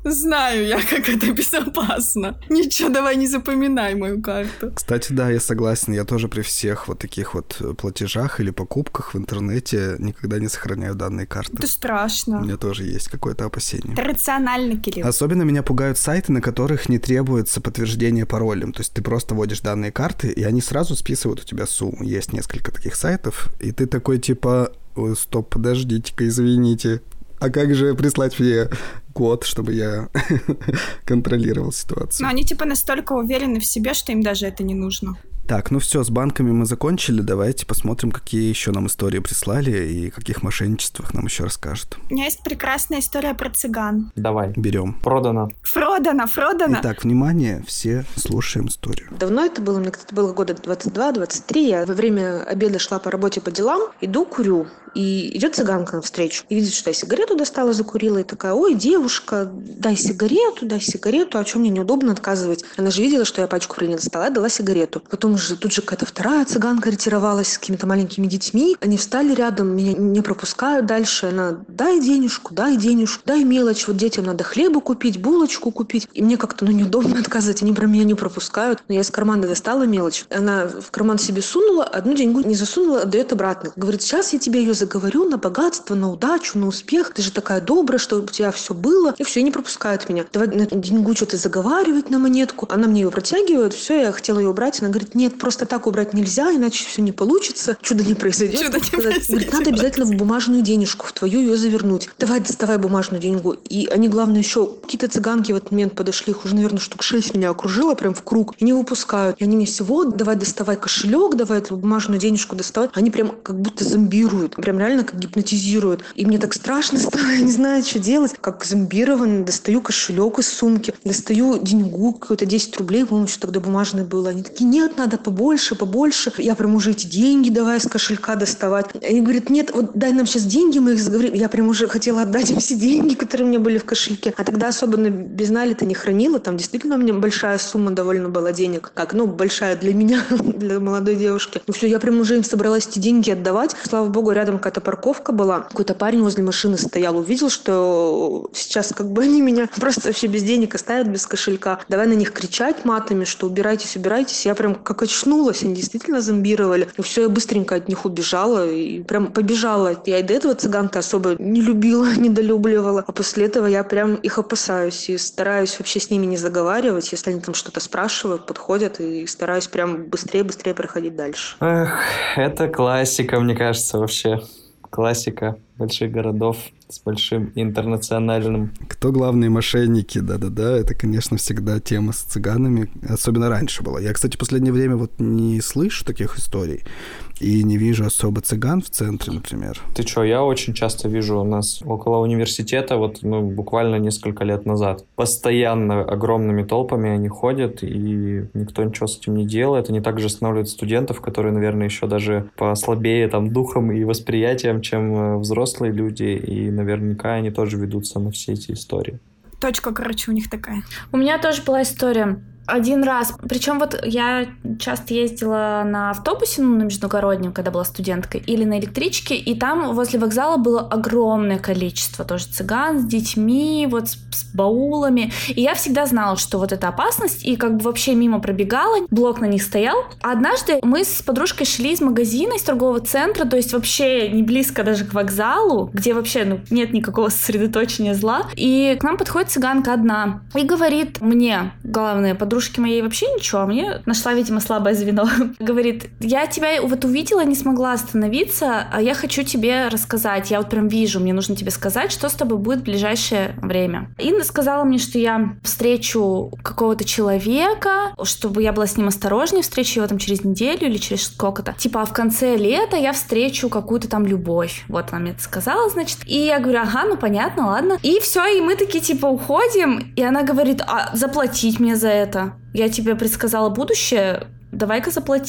Знаю я, как это безопасно. Ничего, давай не запоминай мою карту. Кстати, да, я согласен. Я тоже при всех вот таких вот платежах или покупках в интернете никогда не сохраняю данные карты. Это страшно. У меня тоже есть какое-то опасение. Это рационально, Кирилл. Особенно меня пугают сайты, на которых не требуется подтверждение паролем. То есть ты просто вводишь данные карты, и они сразу списывают у тебя сумму. Есть несколько таких сайтов, и ты такой типа: стоп, подождите-ка, извините. А как же прислать мне код, чтобы я контролировал ситуацию? Но они типа настолько уверены в себе, что им даже это не нужно. Так, ну все, с банками мы закончили. Давайте посмотрим, какие еще нам истории прислали и о каких мошенничествах нам еще расскажут. У меня есть прекрасная история про цыган. Давай. Берем. Продано. Фродана. Итак, внимание, все слушаем историю. Давно это было, мне, кстати, было года 22-23. Я во время обеда шла по работе по делам, иду, курю. И идет цыганка навстречу. И видит, что я сигарету достала, закурила. И такая: ой, девушка, дай сигарету. А что, мне неудобно отказывать? Она же видела, что я пачку не достала, я дала сигарету. Потом тут же какая-то вторая цыганка ретировалась с какими-то маленькими детьми. Они встали рядом, меня не пропускают дальше. Она: дай денежку, дай мелочь. Вот детям надо хлеба купить, булочку купить. И мне как-то неудобно отказывать. Они прям меня не пропускают. Но я из кармана достала мелочь. Она в карман себе сунула, одну деньгу не засунула, отдает обратно. Говорит: сейчас я тебе ее заговорю на богатство, на удачу, на успех. Ты же такая добрая, чтобы у тебя все было. И все, и не пропускают меня. Давай на деньгу что-то заговаривать, на монетку. Она мне ее протягивает. Все, я хотела ее убрать. Она говорит: нет, просто так убрать нельзя, иначе все не получится. Чудо не произойдет. Говорит: надо обязательно в бумажную денежку, в твою ее завернуть. Давай, доставай бумажную деньгу. И они, главное, еще какие-то цыганки в этот момент подошли. Их уже, наверное, штук 6 меня окружило прям в круг. И не выпускают. И они мне всего: давай доставай кошелек, давай эту бумажную денежку доставай. Они прям как будто зомбируют. Прям реально как гипнотизируют. И мне так страшно стало, я не знаю, что делать. Как зомбированно достаю кошелек из сумки, достаю деньгу, какую-то 10 рублей, по-моему, что тогда бумажное было. Они такие: нет, надо побольше. Я прям уже эти деньги давай из кошелька доставать. Они говорят: нет, вот дай нам сейчас деньги, мы их заговорим. Я прям уже хотела отдать им все деньги, которые у меня были в кошельке. А тогда особенно безнали-то не хранила. Там действительно у меня большая сумма довольно была денег. Большая для меня, для молодой девушки. Ну все, я прям уже им собралась эти деньги отдавать. Слава богу, рядом какая-то парковка была. Какой-то парень возле машины стоял, увидел, что сейчас они меня просто вообще без денег оставят, без кошелька. Давай на них кричать матами, что убирайтесь. Я прям как очнулась, они действительно зомбировали. И все, я быстренько от них убежала и прям побежала. Я и до этого цыганка особо не любила, недолюбливала. А после этого я прям их опасаюсь и стараюсь вообще с ними не заговаривать. Если они там что-то спрашивают, подходят, и стараюсь прям быстрее проходить дальше. Эх, это классика, мне кажется, вообще. Классика больших городов с большим интернациональным. Кто главные мошенники? Да-да-да, это, конечно, всегда тема с цыганами. Особенно раньше была. Я, кстати, в последнее время вот не слышу таких историй и не вижу особо цыган в центре, например. Ты что, я очень часто вижу у нас около университета, буквально несколько лет назад. Постоянно огромными толпами они ходят, и никто ничего с этим не делает. Они также останавливают студентов, которые, наверное, еще даже послабее духом и восприятием, чем взрослые люди, и наверняка они тоже ведутся на все эти истории. Точка, у них такая. У меня тоже была история. Один раз. Причем я часто ездила на автобусе, на междугороднем, когда была студенткой, или на электричке, и там возле вокзала было огромное количество тоже цыган с детьми, с баулами. И я всегда знала, что это опасность, и вообще мимо пробегала, блок на них стоял. А однажды мы с подружкой шли из магазина, из торгового центра, то есть вообще не близко даже к вокзалу, где вообще нет никакого сосредоточения зла. И к нам подходит цыганка одна и говорит мне, главное, подружке моей вообще ничего, а мне нашла, видимо, слабое звено. Говорит: я тебя увидела, не смогла остановиться, а я хочу тебе рассказать. Я прям вижу, мне нужно тебе сказать, что с тобой будет в ближайшее время. Инна сказала мне, что я встречу какого-то человека, чтобы я была с ним осторожнее, встречу его через неделю или через сколько-то. А в конце лета я встречу какую-то там любовь. Вот она мне это сказала, значит. И я говорю: ага, понятно, ладно. И все, и мы такие уходим, и она говорит: а заплатить мне за это? Я тебе предсказала будущее, давай-ка заплати.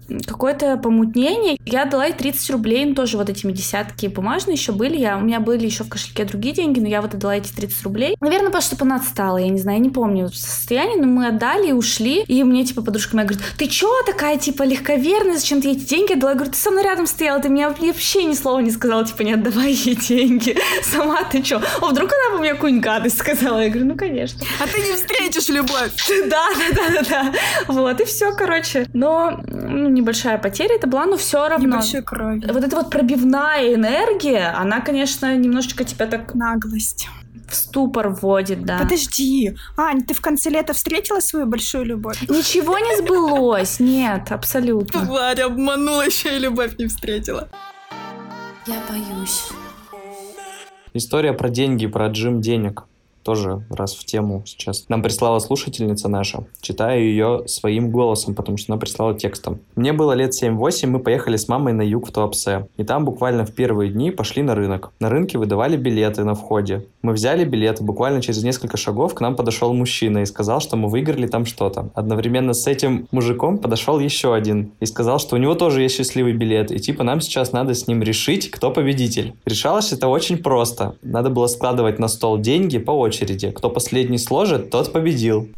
какое-то помутнение. Я дала ей 30 рублей, ну, тоже вот этими десятки бумажные еще были. У меня были еще в кошельке другие деньги, но я вот отдала эти 30 рублей. Наверное, потому что она отстала, я не знаю, я не помню состояние, но мы отдали и ушли. И мне, типа, подружка моя говорит: ты чё такая, типа, легковерная, зачем ты эти деньги отдала? Я говорю: ты со мной рядом стояла, ты мне вообще ни слова не сказала, типа, не отдавай ей деньги. Сама ты чё? Вдруг она бы мне какую-нибудь гадость сказала? Я говорю: ну, конечно. А ты не встретишь любовь. Да. Вот, и все, короче. Но небольшая потеря это была, но все равно. Небольшой крови. Вот эта вот пробивная энергия, она, конечно, немножечко тебя так... Наглость. В ступор вводит, да. Подожди. Ань, ты в конце лета встретила свою большую любовь? Ничего не сбылось. Нет, абсолютно. Варя обманула, еще и любовь не встретила. Я боюсь. История про деньги, про отжим денег. Тоже раз в тему сейчас. Нам прислала слушательница наша. Читаю ее своим голосом, потому что она прислала текстом. Мне было лет 7-8, мы поехали с мамой на юг в Туапсе. И там буквально в первые дни пошли на рынок. На рынке выдавали билеты на входе. Мы взяли билеты, буквально через несколько шагов к нам подошел мужчина и сказал, что мы выиграли там что-то. Одновременно с этим мужиком подошел еще один и сказал, что у него тоже есть счастливый билет. И типа нам сейчас надо с ним решить, кто победитель. Решалось это очень просто. Надо было складывать на стол деньги по очереди. Кто последний сложит, тот победил.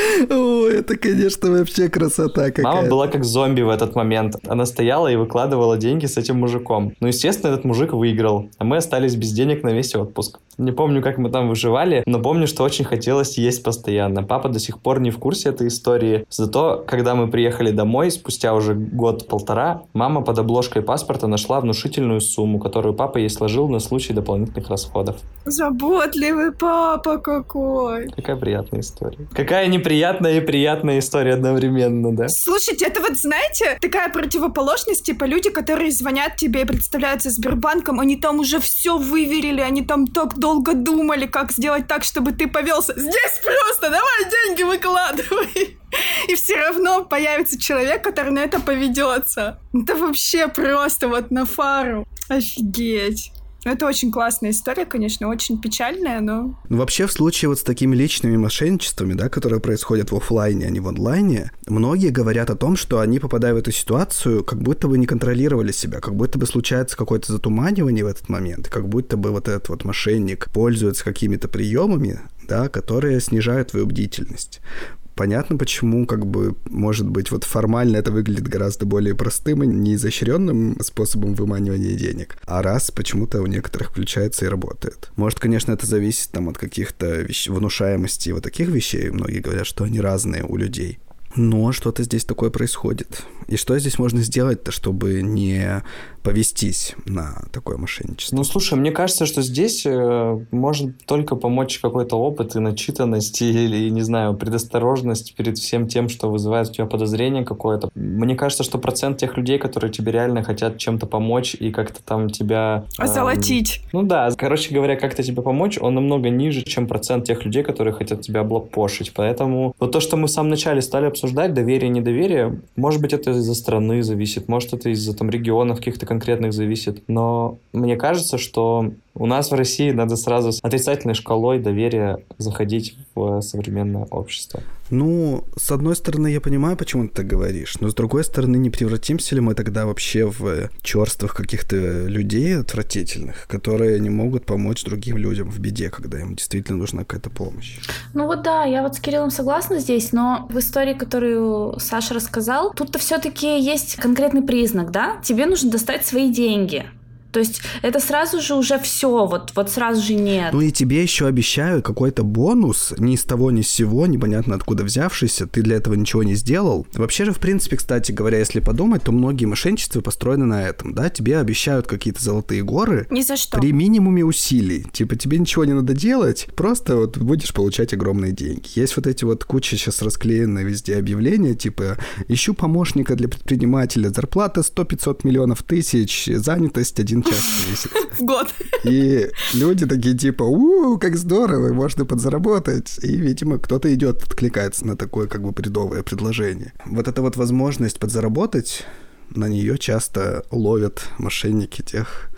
О, это, конечно, вообще красота какая. Мама была как зомби в этот момент. Она стояла и выкладывала деньги с этим мужиком. Ну, естественно, этот мужик выиграл, а мы остались без денег на весь отпуск. Не помню, как мы там выживали, но помню, что очень хотелось есть постоянно. Папа до сих пор не в курсе этой истории. Зато, когда мы приехали домой, спустя уже год-полтора, мама под обложкой паспорта нашла внушительную сумму, которую папа ей сложил на случай дополнительных расходов. Заботливый папа какой. Какая приятная история. Какая неприятная и приятная история одновременно, да? Слушайте, это вот, знаете, такая противоположность, типа люди, которые звонят тебе и представляются Сбербанком, они там уже все выверили, они там так долго думали, как сделать так, чтобы ты повелся. Здесь просто давай деньги выкладывай. И все равно появится человек, который на это поведется. Это вообще просто вот на фару. Офигеть. Это очень классная история, конечно, очень печальная, но... Ну, вообще, в случае вот с такими личными мошенничествами, да, которые происходят в офлайне, а не в онлайне, многие говорят о том, что они, попадая в эту ситуацию, как будто бы не контролировали себя, как будто бы случается какое-то затуманивание в этот момент, как будто бы вот этот вот мошенник пользуется какими-то приемами, да, которые снижают твою бдительность. Понятно, почему, как бы, может быть, вот формально это выглядит гораздо более простым и неизощренным способом выманивания денег, а раз почему-то у некоторых включается и работает. Может, конечно, это зависит там от каких-то внушаемости и вот таких вещей. Многие говорят, что они разные у людей. Но что-то здесь такое происходит. И что здесь можно сделать-то, чтобы не повестись на такое мошенничество? Ну, слушай, мне кажется, что здесь может только помочь какой-то опыт и начитанность, или, не знаю, предосторожность перед всем тем, что вызывает у тебя подозрение какое-то. Мне кажется, что процент тех людей, которые тебе реально хотят чем-то помочь и как-то там тебя... Озолотить. Ну да, короче говоря, как-то тебе помочь, он намного ниже, чем процент тех людей, которые хотят тебя облапошить. Поэтому вот то, что мы в самом начале стали обсуждать, доверие, недоверие, может быть, это из-за страны зависит, может, это из-за там регионов каких-то конкретных зависит, но мне кажется, что у нас в России надо сразу с отрицательной шкалой доверия заходить в современное общество. Ну, с одной стороны, я понимаю, почему ты так говоришь, но с другой стороны, не превратимся ли мы тогда вообще в черствых каких-то людей отвратительных, которые не могут помочь другим людям в беде, когда им действительно нужна какая-то помощь? Ну вот да, я вот с Кириллом согласна здесь, но в истории, которую Саша рассказал, тут-то все-таки есть конкретный признак, да? Тебе нужно достать свои деньги. То есть это сразу же уже все, вот сразу же нет. Ну и тебе еще обещают какой-то бонус, ни с того ни с сего, непонятно откуда взявшийся, ты для этого ничего не сделал. Вообще же, в принципе, кстати говоря, если подумать, то многие мошенничества построены на этом, да? Тебе обещают какие-то золотые горы. Ни за что. При минимуме усилий. Типа тебе ничего не надо делать, просто вот будешь получать огромные деньги. Есть вот эти вот куча сейчас расклеенные везде объявления, типа ищу помощника для предпринимателя, зарплата 100-500 миллионов тысяч, занятость 1 час в месяц. В год. И люди такие типа, как здорово, можно подзаработать. И, видимо, кто-то идет, откликается на такое как бы бредовое предложение. Вот эта вот возможность подзаработать, на нее часто ловят мошенники тех,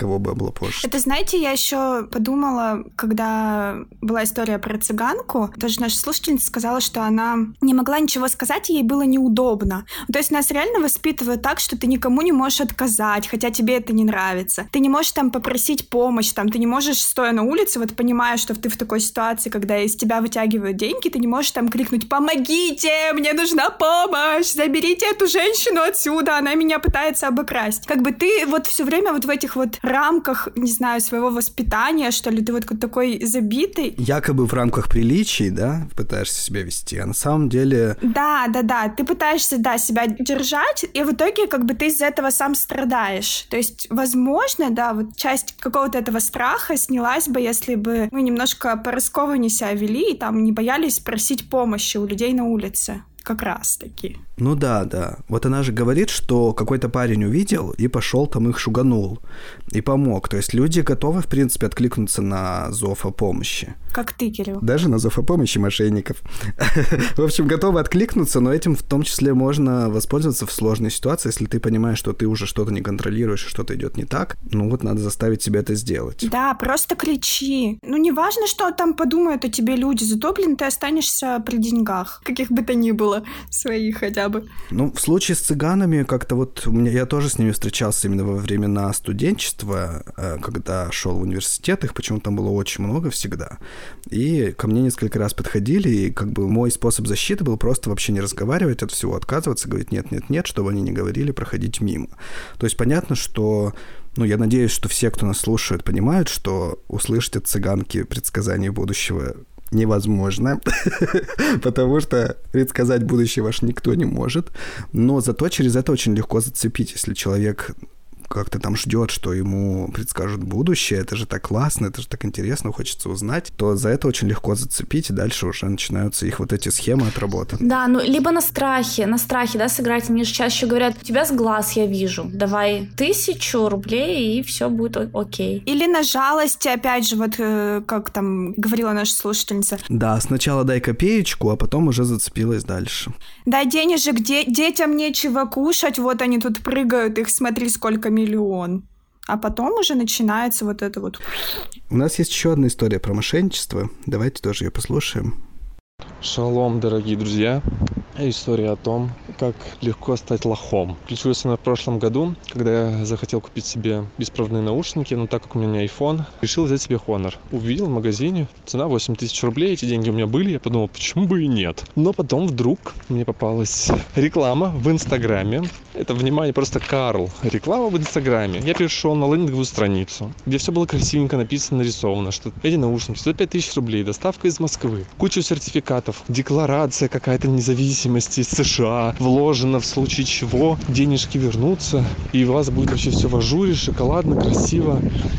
кого бы облапошить. Это, знаете, я еще подумала, когда была история про цыганку, тоже наша слушательница сказала, что она не могла ничего сказать, и ей было неудобно. То есть нас реально воспитывают так, что ты никому не можешь отказать, хотя тебе это не нравится. Ты не можешь там попросить помощь, там, ты не можешь, стоя на улице, вот понимая, что ты в такой ситуации, когда из тебя вытягивают деньги, ты не можешь там крикнуть: «Помогите, мне нужна помощь, заберите эту женщину отсюда, она меня пытается обокрасть». Как бы ты вот все время вот в этих вот рамках, не знаю, своего воспитания, что ли, ты вот такой забитый. Якобы в рамках приличий, да, пытаешься себя вести, а на самом деле... Да, ты пытаешься, да, себя держать, и в итоге как бы ты из-за этого сам страдаешь. То есть, возможно, да, вот часть какого-то этого страха снялась бы, если бы мы немножко по-раскованнее себя вели и там не боялись просить помощи у людей на улице. Как раз таки. Ну да. Вот она же говорит, что какой-то парень увидел и пошел там их шуганул и помог. То есть люди готовы, в принципе, откликнуться на зов о помощи. Как ты, Кирилл. Даже на зов о помощи мошенников. В общем, готовы откликнуться, но этим в том числе можно воспользоваться в сложной ситуации, если ты понимаешь, что ты уже что-то не контролируешь, что-то идет не так. Ну вот надо заставить себя это сделать. Да, просто кричи. Ну не важно, что там подумают о тебе люди, зато, блин, ты останешься при деньгах, каких бы то ни было, своих хотя бы. Ну, в случае с цыганами как-то вот я тоже с ними встречался именно во времена студенчества, когда шел в университет, их почему-то там было очень много всегда. И ко мне несколько раз подходили, и как бы мой способ защиты был просто вообще не разговаривать, от всего отказываться, говорить нет, чтобы они не говорили, проходить мимо. То есть понятно, что... Ну, я надеюсь, что все, кто нас слушает, понимают, что услышать от цыганки предсказания будущего невозможно, потому что предсказать будущее ваш никто не может, но зато через это очень легко зацепить, если человек как-то там ждет, что ему предскажут будущее, это же так классно, это же так интересно, хочется узнать, то за это очень легко зацепить, и дальше уже начинаются их вот эти схемы отработаны. Да, ну, либо на страхе, да, сыграть. Они же чаще говорят: у тебя с глаз я вижу, давай 1000 рублей, и все будет окей. Или на жалости, опять же, вот как там говорила наша слушательница. Да, сначала дай копеечку, а потом уже зацепилась дальше. Дай денежек, детям нечего кушать, вот они тут прыгают, их смотри сколько миллион. А потом уже начинается вот это вот. У нас есть еще одна история про мошенничество. Давайте тоже ее послушаем. Шалом, дорогие друзья. История о том, как легко стать лохом. Включилась она в прошлом году, когда я захотел купить себе беспроводные наушники, но так как у меня iPhone, решил взять себе Honor. Увидел в магазине, цена 8000 рублей, эти деньги у меня были, я подумал, почему бы и нет. Но потом вдруг мне попалась реклама в Инстаграме. Это, внимание, просто Карл. Реклама в Инстаграме. Я перешел на лендинговую страницу, где все было красивенько написано, нарисовано, что эти наушники стоят 5000 рублей, доставка из Москвы, куча сертификатов, декларация какая-то независимости из США, вложено в случае чего денежки вернутся, и у вас будет вообще все в ажуре, шоколадно, красиво.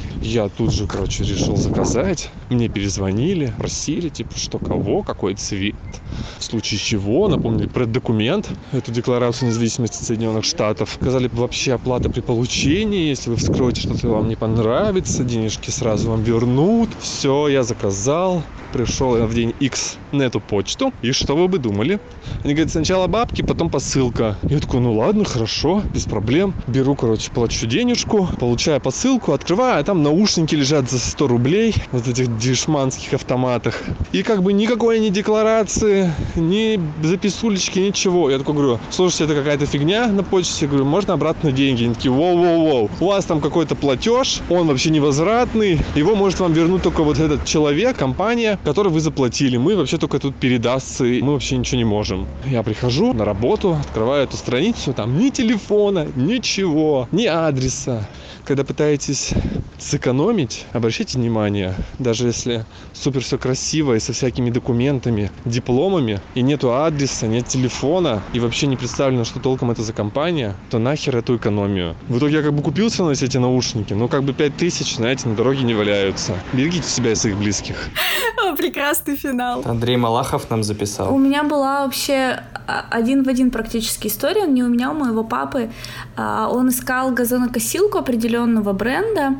Я тут же, решил заказать. Мне перезвонили, просили, что кого, какой цвет. В случае чего, напомнили про документ, эту декларацию независимости Соединенных Штатов. Сказали, вообще оплата при получении, если вы вскроете что-то вам не понравится, денежки сразу вам вернут. Все, я заказал. Пришел я в день X на эту почту. И что вы бы думали? Они говорят, сначала бабки, потом посылка. Я такой, ну ладно, хорошо, без проблем. Беру, плачу денежку, получаю посылку, открываю, а там наушники лежат за 100 рублей. Вот этих дешманских автоматах. И никакой ни декларации, ни записулечки, ничего. Я такой говорю, слушайте, это какая-то фигня на почте. Я говорю, можно обратно деньги? Они такие, воу. У вас там какой-то платеж, он вообще невозвратный. Его может вам вернуть только вот этот человек, компания, который вы заплатили. Мы вообще только тут передастся, и мы вообще ничего не можем. Я прихожу на работу, открываю эту страницу, там ни телефона, ничего, ни адреса. Когда пытаетесь сэкономить, обращайте внимание, даже если супер все красиво и со всякими документами, дипломами, и нету адреса, нет телефона, и вообще не представлено, что толком это за компания, то нахер эту экономию. В итоге я купил все на эти наушники, но 5000, знаете, на дороге не валяются. Берегите себя и своих близких. О, прекрасный финал. Андрей Малахов нам записал. У меня была вообще один в один практически история, не у меня, у моего папы. Он искал газонокосилку определенного бренда,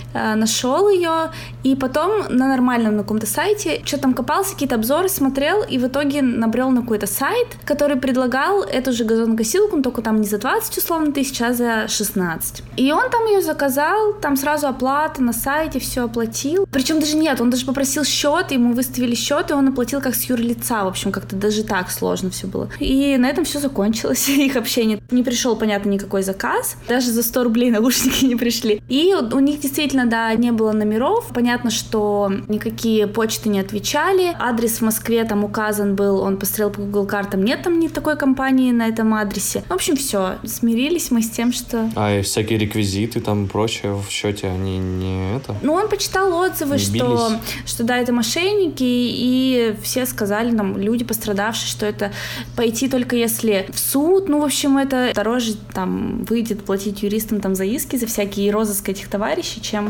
нашел ее, и потом на нормальном на каком-то сайте что-то там копался, какие-то обзоры смотрел, и в итоге набрел на какой-то сайт, который предлагал эту же газонокосилку, но только там не за 20 условно тысяч, а за 16. И он там ее заказал, там сразу оплата на сайте, все оплатил. Причем даже нет, он даже попросил счет, ему выставили счет, и он оплатил как с юрлица, в общем, как-то даже так сложно все было. И на этом все закончилось, их общение. Не пришел, понятно, никакой заказ, даже за 100 рублей наушники не пришли. И у них действительно, да, не было номеров, понятно, что никакие почты не отвечали, адрес в Москве там указан был, он посмотрел по Google картам, нет там ни такой компании на этом адресе. В общем, все, смирились мы с тем, что... А и всякие реквизиты там прочее в счете, они не это? Ну, он почитал отзывы, что да, это мошенники, и все сказали нам, люди пострадавшие, что это пойти только если в суд, ну, в общем, это дороже там выйдет платить юристам там за иски, за всякие розыск этих товарищей, чем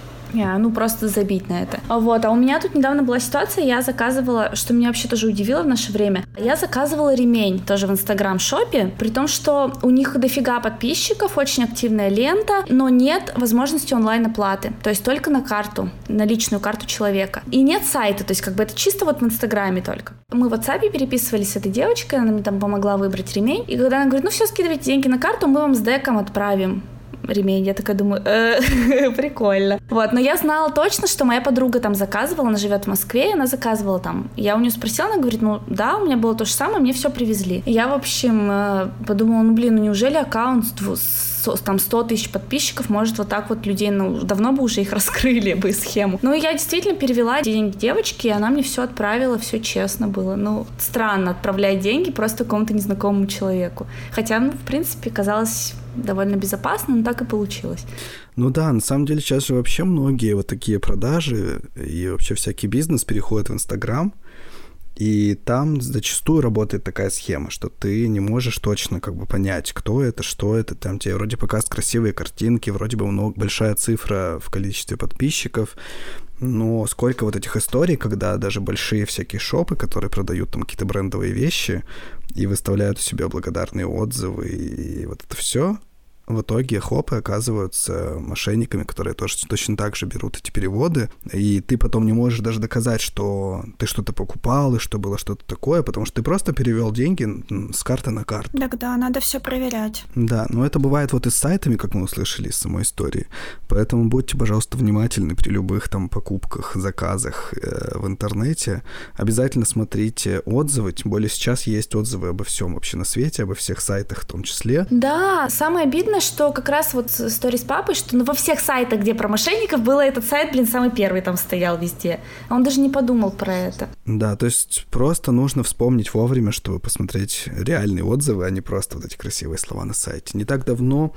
просто забить на это. Вот. А у меня тут недавно была ситуация, я заказывала, что меня вообще тоже удивило в наше время, я заказывала ремень тоже в Инстаграм-шопе, при том, что у них дофига подписчиков, очень активная лента, но нет возможности онлайн-оплаты, то есть только на карту, на личную карту человека. И нет сайта, то есть как бы это чисто вот в Инстаграме только. Мы в WhatsApp переписывались с этой девочкой, она мне там помогла выбрать ремень, и когда она говорит, ну все, скидывайте деньги на карту, мы вам с деком отправим ремень. Я такая думаю, прикольно. Вот, но я знала точно, что моя подруга там заказывала, она живет в Москве, и она заказывала там. Я у нее спросила, она говорит, ну да, у меня было то же самое, мне все привезли. Я, в общем, подумала, неужели аккаунт там 100 тысяч подписчиков может вот так вот людей, давно бы уже их раскрыли бы схему. Ну, я действительно перевела деньги девочке, и она мне все отправила, все честно было. Странно отправлять деньги просто какому-то незнакомому человеку. Хотя, в принципе, казалось довольно безопасно, но так и получилось. Ну да, на самом деле сейчас же вообще многие вот такие продажи и вообще всякий бизнес переходят в Инстаграм, и там зачастую работает такая схема, что ты не можешь точно как бы понять, кто это, что это. Там тебе вроде показывают красивые картинки, вроде бы большая цифра в количестве подписчиков, но сколько вот этих историй, когда даже большие всякие шопы, которые продают там какие-то брендовые вещи и выставляют у себя благодарные отзывы, и вот это все, в итоге хопы оказываются мошенниками, которые тоже точно так же берут эти переводы, и ты потом не можешь даже доказать, что ты что-то покупал, и что было что-то такое, потому что ты просто перевел деньги с карты на карту. Так да, надо все проверять. Да, но это бывает вот и с сайтами, как мы услышали из самой истории, поэтому будьте, пожалуйста, внимательны при любых там покупках, заказах в интернете, обязательно смотрите отзывы, тем более сейчас есть отзывы обо всем вообще на свете, обо всех сайтах в том числе. Да, самое обидное, что как раз вот история с папой, что во всех сайтах, где про мошенников было, этот сайт, самый первый там стоял везде. Он даже не подумал про это. Да, то есть просто нужно вспомнить вовремя, чтобы посмотреть реальные отзывы, а не просто вот эти красивые слова на сайте. Не так давно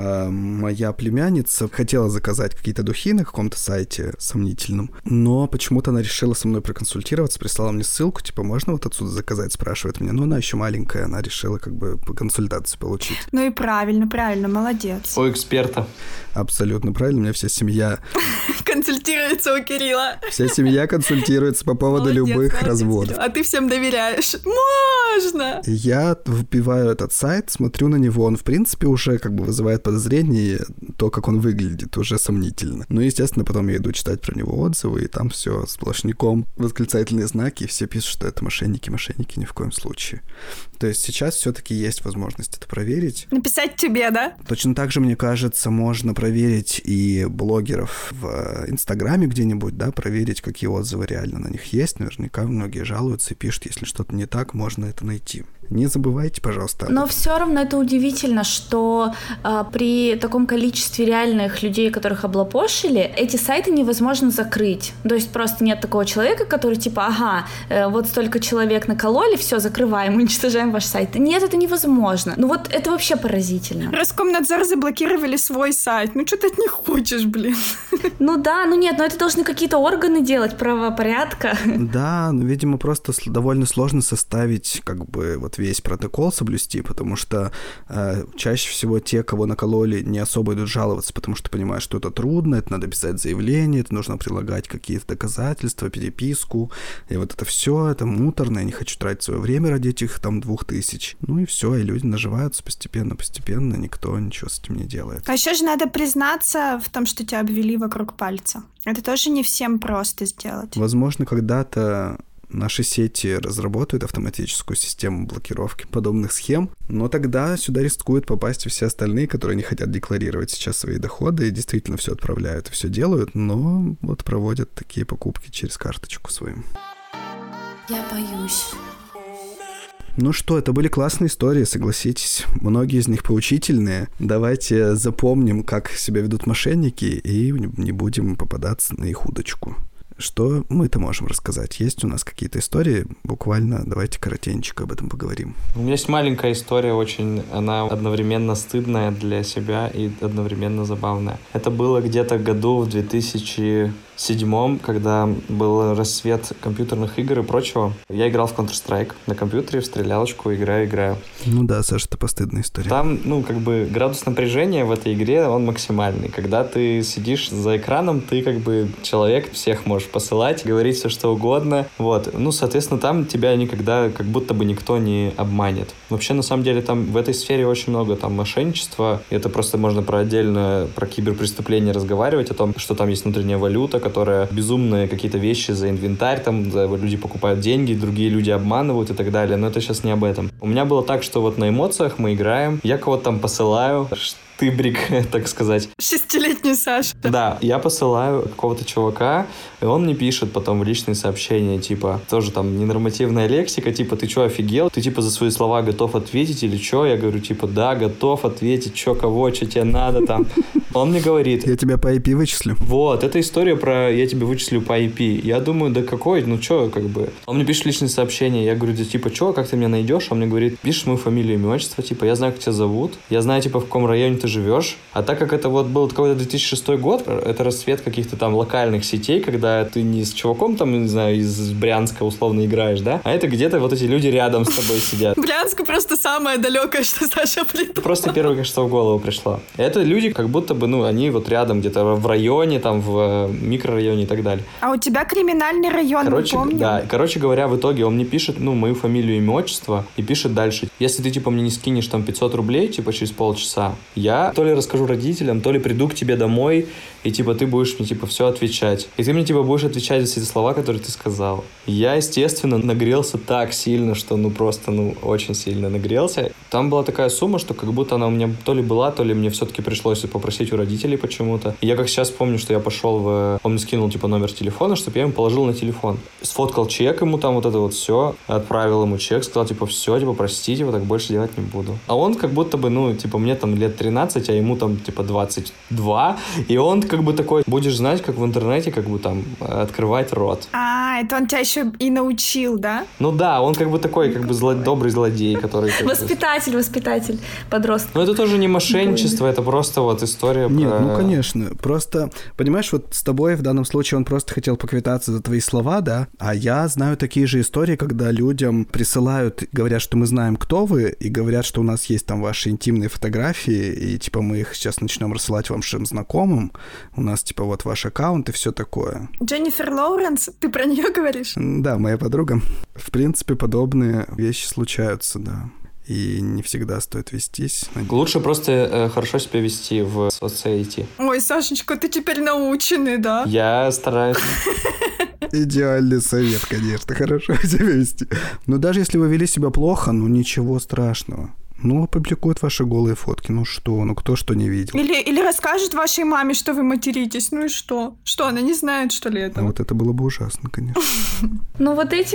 моя племянница хотела заказать какие-то духи на каком-то сайте сомнительном, но почему-то она решила со мной проконсультироваться, прислала мне ссылку, типа, можно вот отсюда заказать, спрашивает меня. Но она еще маленькая, она решила как бы по консультации получить. Ну и правильно, молодец. У эксперта. Абсолютно правильно, у меня вся семья... Консультируется у Кирилла. Вся семья консультируется по поводу любых разводов. А ты всем доверяешь. Можно! Я вбиваю этот сайт, смотрю на него, он, в принципе, уже как бы вызывает подозрение, то, как он выглядит, уже сомнительно. Но, естественно, потом я иду читать про него отзывы, и там все сплошняком восклицательные знаки, и все пишут, что это мошенники ни в коем случае. То есть сейчас все-таки есть возможность это проверить. Написать тебе, да? Точно так же, мне кажется, можно проверить и блогеров в Инстаграме где-нибудь, да, проверить, какие отзывы реально на них есть. Наверняка многие жалуются и пишут, если что-то не так, можно это найти. Не забывайте, пожалуйста. Но все равно это удивительно, что при таком количестве реальных людей, которых облапошили, эти сайты невозможно закрыть. То есть просто нет такого человека, который типа, вот столько человек накололи, все, закрываем, уничтожаем ваш сайт. Нет, это невозможно. Ну вот это вообще поразительно. Роскомнадзор заблокировали свой сайт. Ну что ты от них хочешь, блин? Ну да, ну нет, но это должны какие-то органы делать, правопорядка. Да, ну видимо просто довольно сложно составить как бы вот этот весь протокол соблюсти, потому что чаще всего те, кого накололи, не особо идут жаловаться, потому что понимают, что это трудно, это надо писать заявление, это нужно прилагать какие-то доказательства, переписку, и вот это все, это муторно, я не хочу тратить свое время ради этих там 2000. Ну и все, и люди наживаются постепенно, никто ничего с этим не делает. А еще же надо признаться в том, что тебя обвели вокруг пальца. Это тоже не всем просто сделать. Возможно, когда-то наши сети разработают автоматическую систему блокировки подобных схем, но тогда сюда рискуют попасть и все остальные, которые не хотят декларировать сейчас свои доходы и действительно все отправляют и все делают, но вот проводят такие покупки через карточку свою. Я боюсь. Ну что, это были классные истории, согласитесь. Многие из них поучительные. Давайте запомним, как себя ведут мошенники, и не будем попадаться на их удочку. Что мы-то можем рассказать? Есть у нас какие-то истории? Буквально давайте коротенько об этом поговорим. У меня есть маленькая история, она одновременно стыдная для себя и одновременно забавная. Это было где-то году в 2007, когда был рассвет компьютерных игр и прочего. Я играл в Counter-Strike на компьютере, в стрелялочку, играю. Ну да, Саша, это постыдная история. Там, градус напряжения в этой игре, он максимальный. Когда ты сидишь за экраном, ты человек, всех можешь посылать, говорить все, что угодно. Вот. Соответственно, там тебя никогда как будто бы никто не обманет. Вообще, на самом деле, там в этой сфере очень много там мошенничества. Это просто можно про киберпреступления разговаривать, о том, что там есть внутренняя валюта, которая безумные какие-то вещи за инвентарь, там люди покупают деньги, другие люди обманывают и так далее. Но это сейчас не об этом. У меня было так, что вот на эмоциях мы играем, я кого-то там посылаю, тыбрик, так сказать. 6-летний Саша. Да, я посылаю какого-то чувака, и он мне пишет потом в личные сообщения, тоже там ненормативная лексика, ты что, офигел? Ты, за свои слова готов ответить или что? Я говорю, да, готов ответить, что тебе надо там. Он мне говорит... Я тебя по IP вычислю. Вот, это история про я тебя вычислю по IP. Я думаю, да какой, Он мне пишет личные сообщения, я говорю, что, как ты меня найдешь? Он мне говорит, пишешь мою фамилию, имя, отчество, я знаю, как тебя зовут, я знаю, в каком районе ты живешь. А так как это был какой-то 2006 год, это расцвет каких-то там локальных сетей, когда ты не с чуваком там, не знаю, из Брянска условно играешь, да, а это где-то вот эти люди рядом с тобой сидят. Брянск просто самое далекое, что Саша придумал. Просто первое, что в голову пришло. Это люди как будто бы, они вот рядом где-то в районе, там в микрорайоне и так далее. А у тебя криминальный район, мы помним? Да, говоря, в итоге он мне пишет, мою фамилию, имя, отчество и пишет дальше. Если ты, мне не скинешь там 500 рублей, через полчаса, я то ли расскажу родителям, то ли приду к тебе домой, и, ты будешь мне, все отвечать. И ты мне, будешь отвечать за все эти слова, которые ты сказал. Я, естественно, нагрелся так сильно, что, очень сильно нагрелся. Там была такая сумма, что как будто она у меня то ли была, то ли мне все-таки пришлось попросить у родителей почему-то. И я как сейчас помню, что я пошел он мне скинул, номер телефона, чтобы я ему положил на телефон. Сфоткал чек ему там, вот это вот все, отправил ему чек, сказал, все, простите, так больше делать не буду. А он как будто бы, мне там лет 13, а ему там 22, и он такой, будешь знать, как в интернете, там открывать рот. А, это он тебя еще и научил, да? Ну да, он такой, добрый злодей, который... Воспитатель подростка. Но это тоже не мошенничество, это просто вот история Нет, про... конечно, просто, понимаешь, вот с тобой в данном случае он просто хотел поквитаться за твои слова, да, а я знаю такие же истории, когда людям присылают, говорят, что мы знаем, кто вы, и говорят, что у нас есть там ваши интимные фотографии, и мы их сейчас начнем рассылать вашим знакомым, у нас вот ваш аккаунт и все такое. Дженнифер Лоуренс, ты про нее говоришь? Да, моя подруга. В принципе, подобные вещи случаются, да. И не всегда стоит вестись. Лучше просто хорошо себя вести в соцсети. Ой, Сашечка, ты теперь наученный, да? Я стараюсь. Идеальный совет, конечно, хорошо себя вести. Но даже если вы вели себя плохо, ничего страшного. Опубликуют ваши голые фотки. Кто что не видел. Или расскажет вашей маме, что вы материтесь. Ну и что? Что, она не знает, что ли, этого? Вот это было бы ужасно, конечно. Вот эти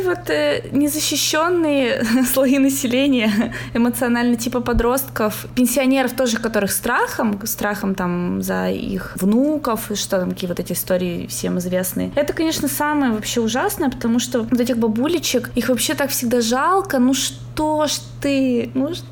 незащищенные слои населения, эмоционально подростков, пенсионеров тоже, которых страхом там за их внуков, и что там, какие эти истории всем известные. Это, конечно, самое вообще ужасное, потому что этих бабулечек, их вообще так всегда жалко. что ж ты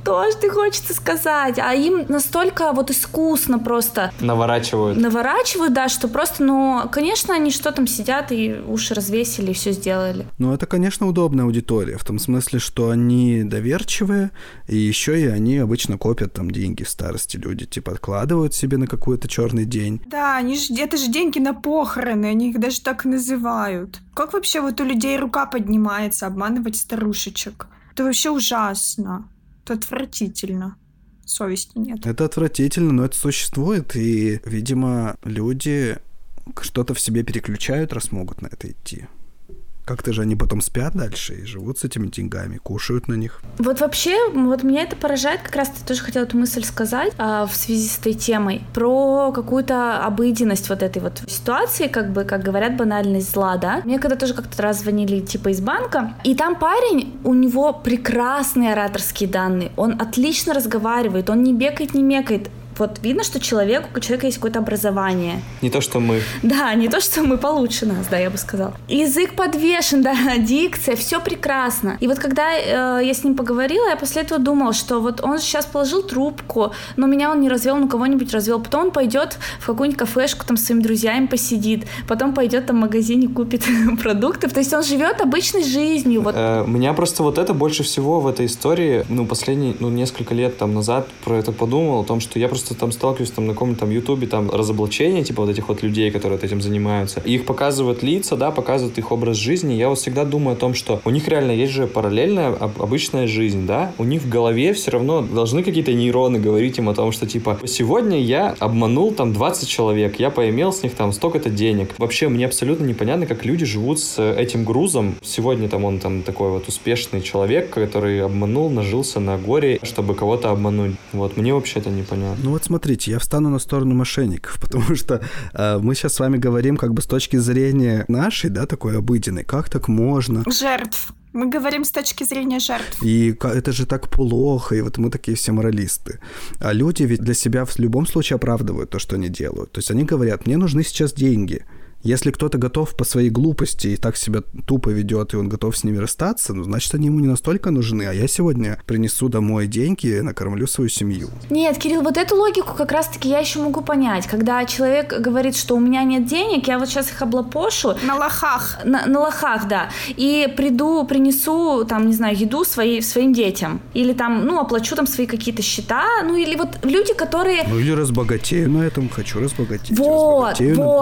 хочется сказать? А им настолько вот искусно просто наворачивают, да, что просто, конечно, они что там сидят и уши развесили и все сделали. Это, конечно, удобная аудитория, в том смысле, что они доверчивые, и еще и они обычно копят там деньги в старости. Люди типа откладывают себе на какой-то черный день. Да, это же деньги на похороны, они их даже так называют. Как вообще вот у людей рука поднимается обманывать старушечек? Это вообще ужасно. Это отвратительно. Совести нет. Это отвратительно, но это существует, и, видимо, люди что-то в себе переключают, раз могут на это идти. Как-то же они потом спят дальше и живут с этими деньгами, кушают на них. Вот вообще, меня это поражает, как раз ты тоже хотела эту мысль сказать в связи с этой темой, про какую-то обыденность вот этой вот ситуации, как говорят, банальность зла, да. Мне когда тоже как-то раз звонили типа из банка, и там парень, у него прекрасные ораторские данные, он отлично разговаривает, он не бекает, не мекает. Вот видно, что у человека есть какое-то образование. Не то, что мы. Да, не то, что мы, получше нас, да, я бы сказала. Язык подвешен, да, дикция, все прекрасно. И вот когда я с ним поговорила, я после этого думала, что вот он сейчас положил трубку, но меня он не развел, кого-нибудь развел. Потом он пойдет в какую-нибудь кафешку там с своими друзьями посидит, потом пойдет там в магазине купит продуктов. То есть он живет обычной жизнью. Вот. Меня просто вот это больше всего в этой истории, последние, несколько лет там назад про это подумал, о том, что я просто там сталкиваюсь на каком-то там ютубе, там разоблачение, типа вот этих вот людей, которые вот этим занимаются. И их показывают лица, да, показывают их образ жизни. Я вот всегда думаю о том, что у них реально есть же параллельная обычная жизнь, да. У них в голове все равно должны какие-то нейроны говорить им о том, что типа сегодня я обманул там 20 человек, я поимел с них там столько-то денег. Вообще мне абсолютно непонятно, как люди живут с этим грузом. Сегодня там он там такой вот успешный человек, который обманул, нажился на горе, чтобы кого-то обмануть. Вот, мне вообще это непонятно. Вот смотрите, я встану на сторону мошенников, потому что мы сейчас с вами говорим как бы с точки зрения нашей, да, такой обыденной. Как так можно? Жертв. Мы говорим с точки зрения жертв. И это же так плохо, и вот мы такие все моралисты. А люди ведь для себя в любом случае оправдывают то, что они делают. То есть они говорят, мне нужны сейчас деньги. Если кто-то готов по своей глупости и так себя тупо ведет, и он готов с ними расстаться, значит, они ему не настолько нужны, а я сегодня принесу домой деньги и накормлю свою семью. Нет, Кирилл, вот эту логику как раз-таки я еще могу понять. Когда человек говорит, что у меня нет денег, я вот сейчас их облапошу. На лохах. На лохах, да. И принесу, там, не знаю, еду своим детям. Или там, оплачу там свои какие-то счета. Или вот люди, которые... Или разбогатею на этом, хочу разбогатеть. Вот.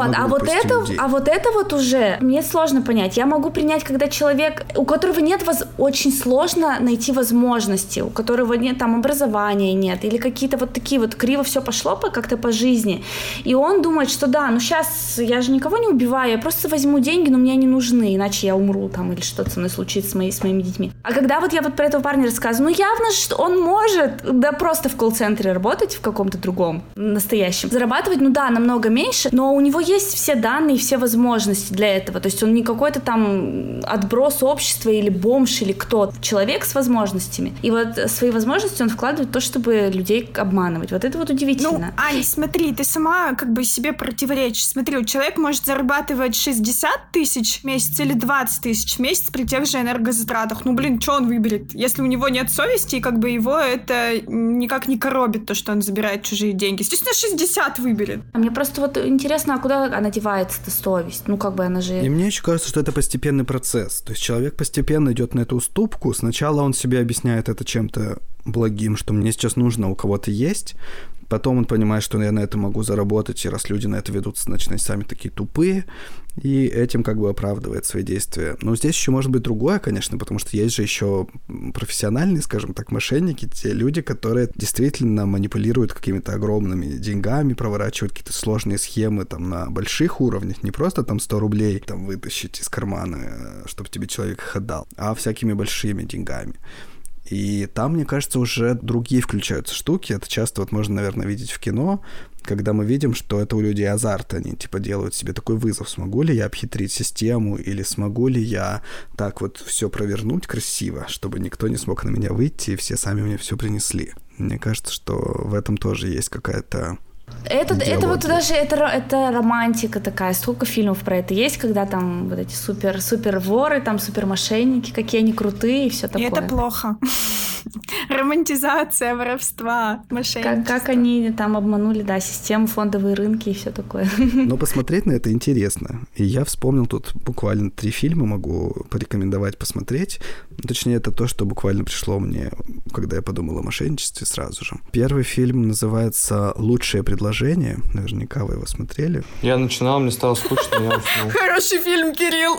А вот это вот уже мне сложно понять. Я могу принять, когда человек, у которого нет, очень сложно найти возможности, у которого нет там образования нет, или какие-то вот такие вот криво все пошло как-то по жизни. И он думает, что да, сейчас я же никого не убиваю, я просто возьму деньги, но мне они нужны, иначе я умру там или что-то со мной случится с моими детьми. А когда вот я вот про этого парня рассказываю, явно же он может, да, просто в колл-центре работать в каком-то другом, настоящем, зарабатывать, намного меньше, но у него есть все данные, все возможности для этого. То есть он не какой-то там отброс общества или бомж, или кто. Человек с возможностями. И вот свои возможности он вкладывает в то, чтобы людей обманывать. Вот это вот удивительно. Ань, смотри, ты сама как бы себе противоречишь. Смотри, человек может зарабатывать 60 тысяч в месяц или 20 тысяч в месяц при тех же энергозатратах. Что он выберет? Если у него нет совести, и как бы его это никак не коробит, то, что он забирает чужие деньги. Естественно, 60 выберет. А мне просто вот интересно, а куда она девается? Совесть. Она же... И мне еще кажется, что это постепенный процесс. То есть человек постепенно идет на эту уступку. Сначала он себе объясняет это чем-то благим, что мне сейчас нужно, у кого-то есть. Потом он понимает, что я на это могу заработать, и раз люди на это ведутся, значит, они сами такие тупые, и этим как бы оправдывает свои действия. Но здесь еще может быть другое, конечно, потому что есть же еще профессиональные, скажем так, мошенники, те люди, которые действительно манипулируют какими-то огромными деньгами, проворачивают какие-то сложные схемы там на больших уровнях, не просто там 100 рублей там вытащить из кармана, чтобы тебе человек их отдал, а всякими большими деньгами. И там, мне кажется, уже другие включаются штуки. Это часто вот можно, наверное, видеть в кино, когда мы видим, что это у людей азарт. Они типа делают себе такой вызов. Смогу ли я обхитрить систему или смогу ли я так вот все провернуть красиво, чтобы никто не смог на меня выйти и все сами мне все принесли. Мне кажется, что в этом тоже есть какая-то Это вот даже это романтика такая. Сколько фильмов про это есть, когда там вот эти супер воры, там супер мошенники, какие они крутые и все такое. И это плохо. Романтизация воровства, мошенничества. Как они там обманули, да, систему, фондовые рынки и все такое. Но посмотреть на это интересно. И я вспомнил тут буквально 3 фильма, могу порекомендовать посмотреть. Точнее, это то, что буквально пришло мне, когда я подумал о мошенничестве сразу же. Первый фильм называется «Лучшее предложение». Наверняка вы его смотрели. Я начинал, мне стало скучно, я уснул. Хороший фильм, Кирилл.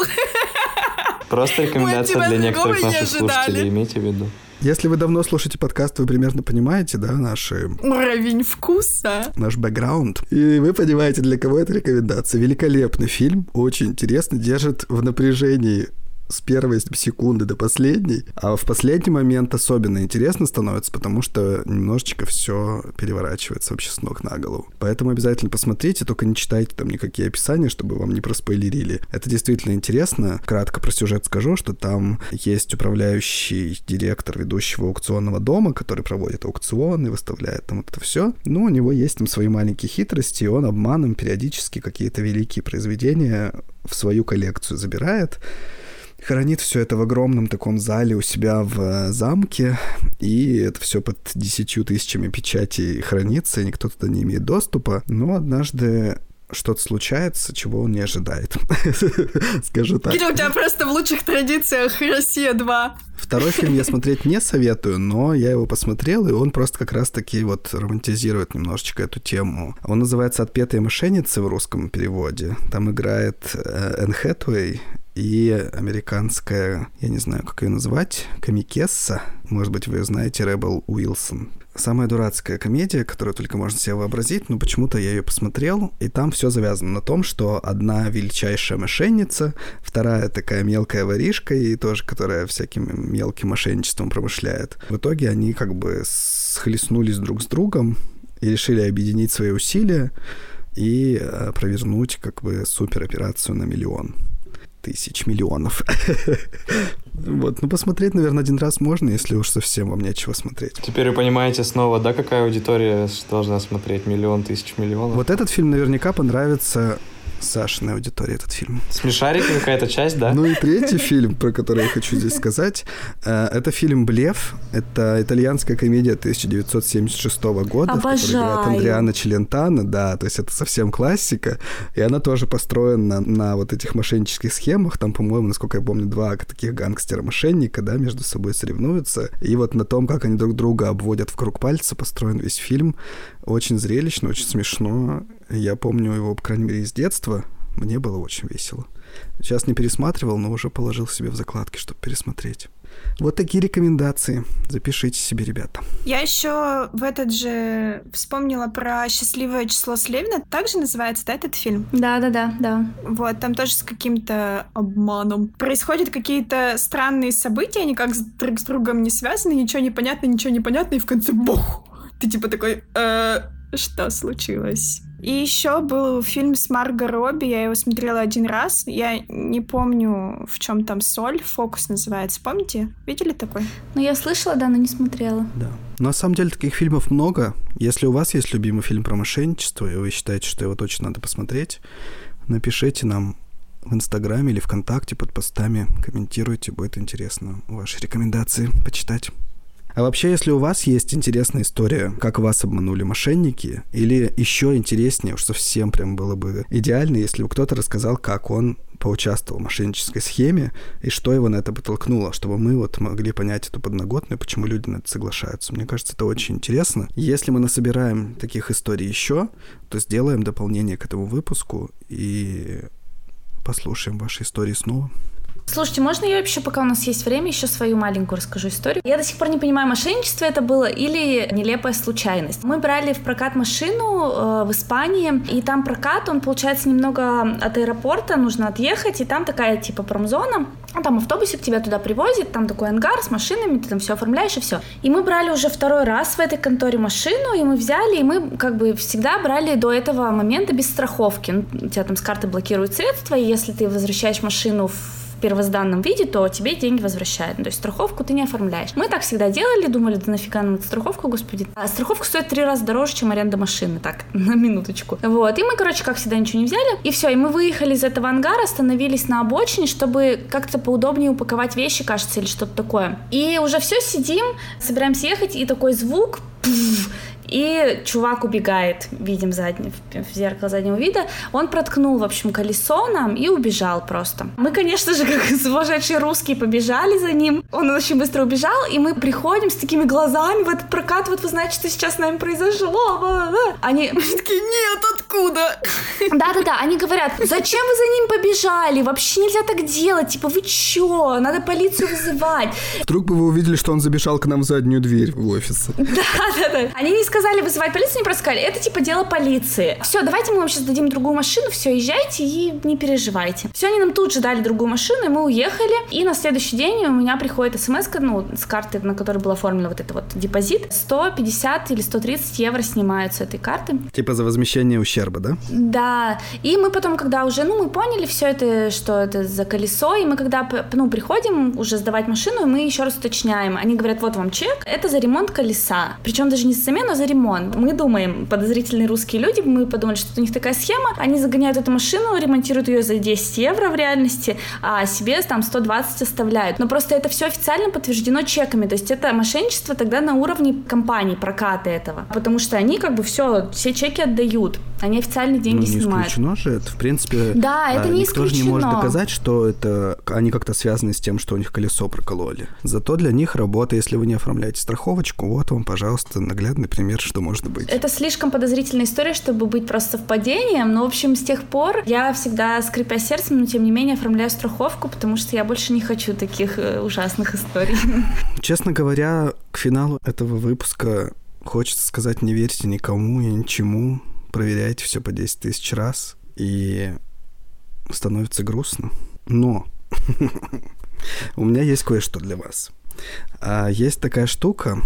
Просто рекомендация для некоторых наших слушателей, имейте в виду. Если вы давно слушаете подкаст, вы примерно понимаете, да, уровень вкуса. Наш бэкграунд. И вы понимаете, для кого это рекомендация. Великолепный фильм, очень интересно, держит в напряжении с первой секунды до последней. А в последний момент особенно интересно становится, потому что немножечко все переворачивается вообще с ног на голову. Поэтому обязательно посмотрите, только не читайте там никакие описания, чтобы вам не проспойлерили. Это действительно интересно. Кратко про сюжет скажу, что там есть управляющий директор ведущего аукционного дома, который проводит аукционы, выставляет там вот это все. Но у него есть там свои маленькие хитрости, и он обманом периодически какие-то великие произведения в свою коллекцию забирает. Хранит все это в огромном таком зале у себя в замке, и это все под 10 тысячами печатей хранится, и никто туда не имеет доступа. Но однажды что-то случается, чего он не ожидает. Скажу так. Кирилл, у тебя просто в лучших традициях «Россия-2». Второй фильм я смотреть не советую, но я его посмотрел, и он просто как раз-таки вот романтизирует немножечко эту тему. Он называется «Отпетые мошенницы» в русском переводе. Там играет Энн Хэтэуэй и американская, я не знаю, как ее назвать, комикесса, может быть, вы ее знаете, Ребел Уилсон. Самая дурацкая комедия, которую только можно себе вообразить, но почему-то я ее посмотрел, и там все завязано на том, что одна величайшая мошенница, вторая такая мелкая воришка, и тоже, которая всяким мелким мошенничеством промышляет. В итоге они как бы схлестнулись друг с другом и решили объединить свои усилия и провернуть как бы супероперацию на 1 миллион. Тысяч миллионов. Вот, ну посмотреть, наверное, один раз можно, если уж совсем вам нечего смотреть. Теперь вы понимаете снова, да, какая аудитория должна смотреть? 1 миллион, 1000 миллионов? Вот этот фильм наверняка понравится Сашиной аудитории, этот фильм. Смешарики какая-то часть, да? Ну и третий фильм, про который я хочу здесь сказать, это фильм «Блеф». Это итальянская комедия 1976 года, в которой играет Андриано Челентано, да, то есть это совсем классика, и она тоже построена на вот этих мошеннических схемах, там, по-моему, насколько я помню, 2 таких гангстера-мошенника, да, между собой соревнуются, и вот на том, как они друг друга обводят вокруг пальца, построен весь фильм. Очень зрелищно, очень смешно. Я помню его, по крайней мере, из детства. Мне было очень весело. Сейчас не пересматривал, но уже положил себе в закладки, чтобы пересмотреть. Вот такие рекомендации. Запишите себе, ребята. Я еще в этот же вспомнила про «Счастливое число Слевина». Так же называется, да, этот фильм? Да. Вот, там тоже с каким-то обманом. Происходят какие-то странные события, они как друг с другом не связаны, ничего не понятно, и в конце бух! Ты типа такой, что случилось? И еще был фильм с Марго Робби, я его смотрела 1 раз. Я не помню, в чем там соль, «Фокус» называется. Помните? Видели такой? Ну, я слышала, да, но не смотрела. Да. Но на самом деле таких фильмов много. Если у вас есть любимый фильм про мошенничество, и вы считаете, что его точно надо посмотреть, напишите нам в Инстаграме или ВКонтакте под постами, комментируйте, будет интересно ваши рекомендации почитать. А вообще, если у вас есть интересная история, как вас обманули мошенники, или еще интереснее, уж совсем прям было бы идеально, если бы кто-то рассказал, как он поучаствовал в мошеннической схеме и что его на это подтолкнуло, чтобы мы вот могли понять эту подноготную, почему люди на это соглашаются. Мне кажется, это очень интересно. Если мы насобираем таких историй еще, то сделаем дополнение к этому выпуску и послушаем ваши истории снова. Слушайте, можно я вообще, пока у нас есть время, еще свою маленькую расскажу историю? Я до сих пор не понимаю, мошенничество это было или нелепая случайность. Мы брали в прокат машину в Испании, и там прокат, он, получается, немного от аэропорта, нужно отъехать, и там такая типа промзона, там автобусик тебя туда привозит, там такой ангар с машинами, ты там все оформляешь и все. И мы брали уже 2-й раз в этой конторе машину, и мы взяли, и мы как бы всегда брали до этого момента без страховки. Ну, у тебя там с карты блокируют средства, и если ты возвращаешь машину в первозданном виде, то тебе деньги возвращают. То есть страховку ты не оформляешь. Мы так всегда делали, думали, да нафига нам эту страховку, господи. А страховка стоит 3 раза дороже, чем аренда машины, так, на минуточку. Вот, и мы, короче, как всегда, ничего не взяли, и все, и мы выехали из этого ангара, остановились на обочине, чтобы как-то поудобнее упаковать вещи, кажется, или что-то такое. И уже все, сидим, собираемся ехать, и такой звук, и чувак убегает, видим в зеркало заднего вида, он проткнул, в общем, колесо нам и убежал просто. Мы, конечно же, как сумасшедшие русские, побежали за ним, он очень быстро убежал, и мы приходим с такими глазами в этот прокат, вот вы знаете, что сейчас с нами произошло. Они такие, нет, откуда? Да-да-да, они говорят, зачем вы за ним побежали? Вообще нельзя так делать, типа, вы чё? Надо полицию вызывать. Вдруг бы вы увидели, что он забежал к нам в заднюю дверь в офис. Да-да-да. Они не сказали вызывать полицию, они просто сказали, это типа дело полиции. Все, давайте мы вам сейчас дадим другую машину, все, езжайте и не переживайте. Все, они нам тут же дали другую машину, и мы уехали. И на следующий день у меня приходит смс-ка, с карты, на которой был оформлен вот этот вот депозит. 150 или 130 евро снимают с этой карты. Типа за возмещение ущерба, да? Да. И мы потом, когда уже, мы поняли все это, что это за колесо, и мы когда, приходим уже сдавать машину, мы еще раз уточняем. Они говорят, вот вам чек, это за ремонт колеса. Причем даже не за замену, а за ремонт. Мы думаем, подозрительные русские люди, мы подумали, что у них такая схема, они загоняют эту машину, ремонтируют ее за 10 евро в реальности, а себе там 120 оставляют. Но просто это все официально подтверждено чеками, то есть это мошенничество тогда на уровне компаний, проката этого, потому что они как бы все чеки отдают, они официальные деньги снимают. Не исключено же, это в принципе... Да, это не никто исключено. же не может доказать, что это они как-то связаны с тем, что у них колесо прокололи. Зато для них работа, если вы не оформляете страховочку, вот вам, пожалуйста, наглядный пример, что может быть. Это слишком подозрительная история, чтобы быть просто совпадением, но, в общем, с тех пор я всегда, скрипя сердцем, но, тем не менее, оформляю страховку, потому что я больше не хочу таких ужасных историй. Честно говоря, к финалу этого выпуска хочется сказать, не верьте никому и ничему, проверяйте все по 10 тысяч раз, и становится грустно. Но у меня есть кое-что для вас. Есть такая штука,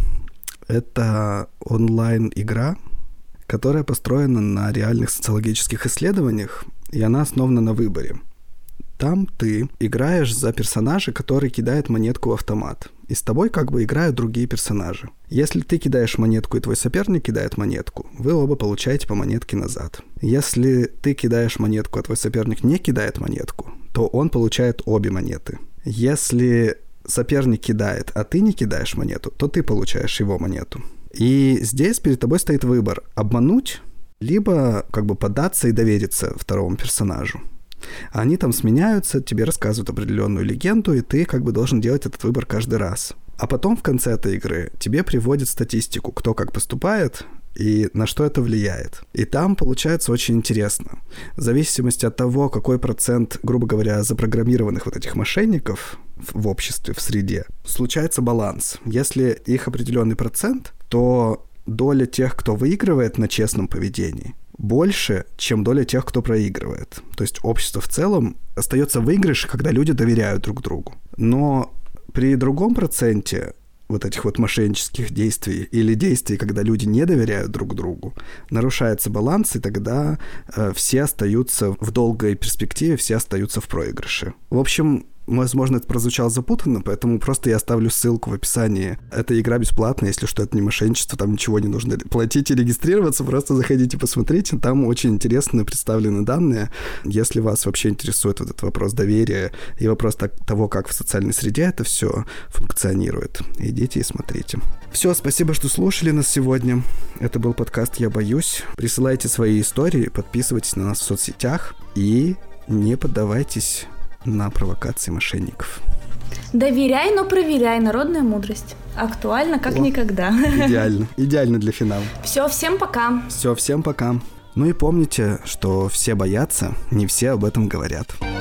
это онлайн-игра, которая построена на реальных социологических исследованиях, и она основана на выборе. Там ты играешь за персонажа, который кидает монетку в автомат. И с тобой как бы играют другие персонажи. Если ты кидаешь монетку, и твой соперник кидает монетку, вы оба получаете по монетке назад. Если ты кидаешь монетку, а твой соперник не кидает монетку, то он получает обе монеты. Если соперник кидает, а ты не кидаешь монету, то ты получаешь его монету. И здесь перед тобой стоит выбор: обмануть, либо как бы поддаться и довериться второму персонажу. Они там сменяются, тебе рассказывают определенную легенду, и ты как бы должен делать этот выбор каждый раз. А потом в конце этой игры тебе приводят статистику, кто как поступает и на что это влияет. И там получается очень интересно. В зависимости от того, какой процент, грубо говоря, запрограммированных вот этих мошенников в обществе, в среде, случается баланс. Если их определенный процент, то доля тех, кто выигрывает на честном поведении, больше, чем доля тех, кто проигрывает. То есть общество в целом остается в выигрыше, когда люди доверяют друг другу. Но при другом проценте вот этих вот мошеннических действий или действий, когда люди не доверяют друг другу, нарушается баланс, и тогда все остаются в долгой перспективе, все остаются в проигрыше. В общем, возможно, это прозвучало запутанно, поэтому просто я оставлю ссылку в описании. Эта игра бесплатная, если что, это не мошенничество, там ничего не нужно платить и регистрироваться, просто заходите, посмотрите, там очень интересно представлены данные. Если вас вообще интересует вот этот вопрос доверия и вопрос того, как в социальной среде это все функционирует, идите и смотрите. Все, спасибо, что слушали нас сегодня. Это был подкаст «Я боюсь». Присылайте свои истории, подписывайтесь на нас в соцсетях и не поддавайтесь на провокации мошенников. Доверяй, но проверяй. Народная мудрость. Актуально, как никогда. Идеально. Идеально для финала. Все, всем пока. Все, всем пока. Ну и помните, что все боятся, не все об этом говорят.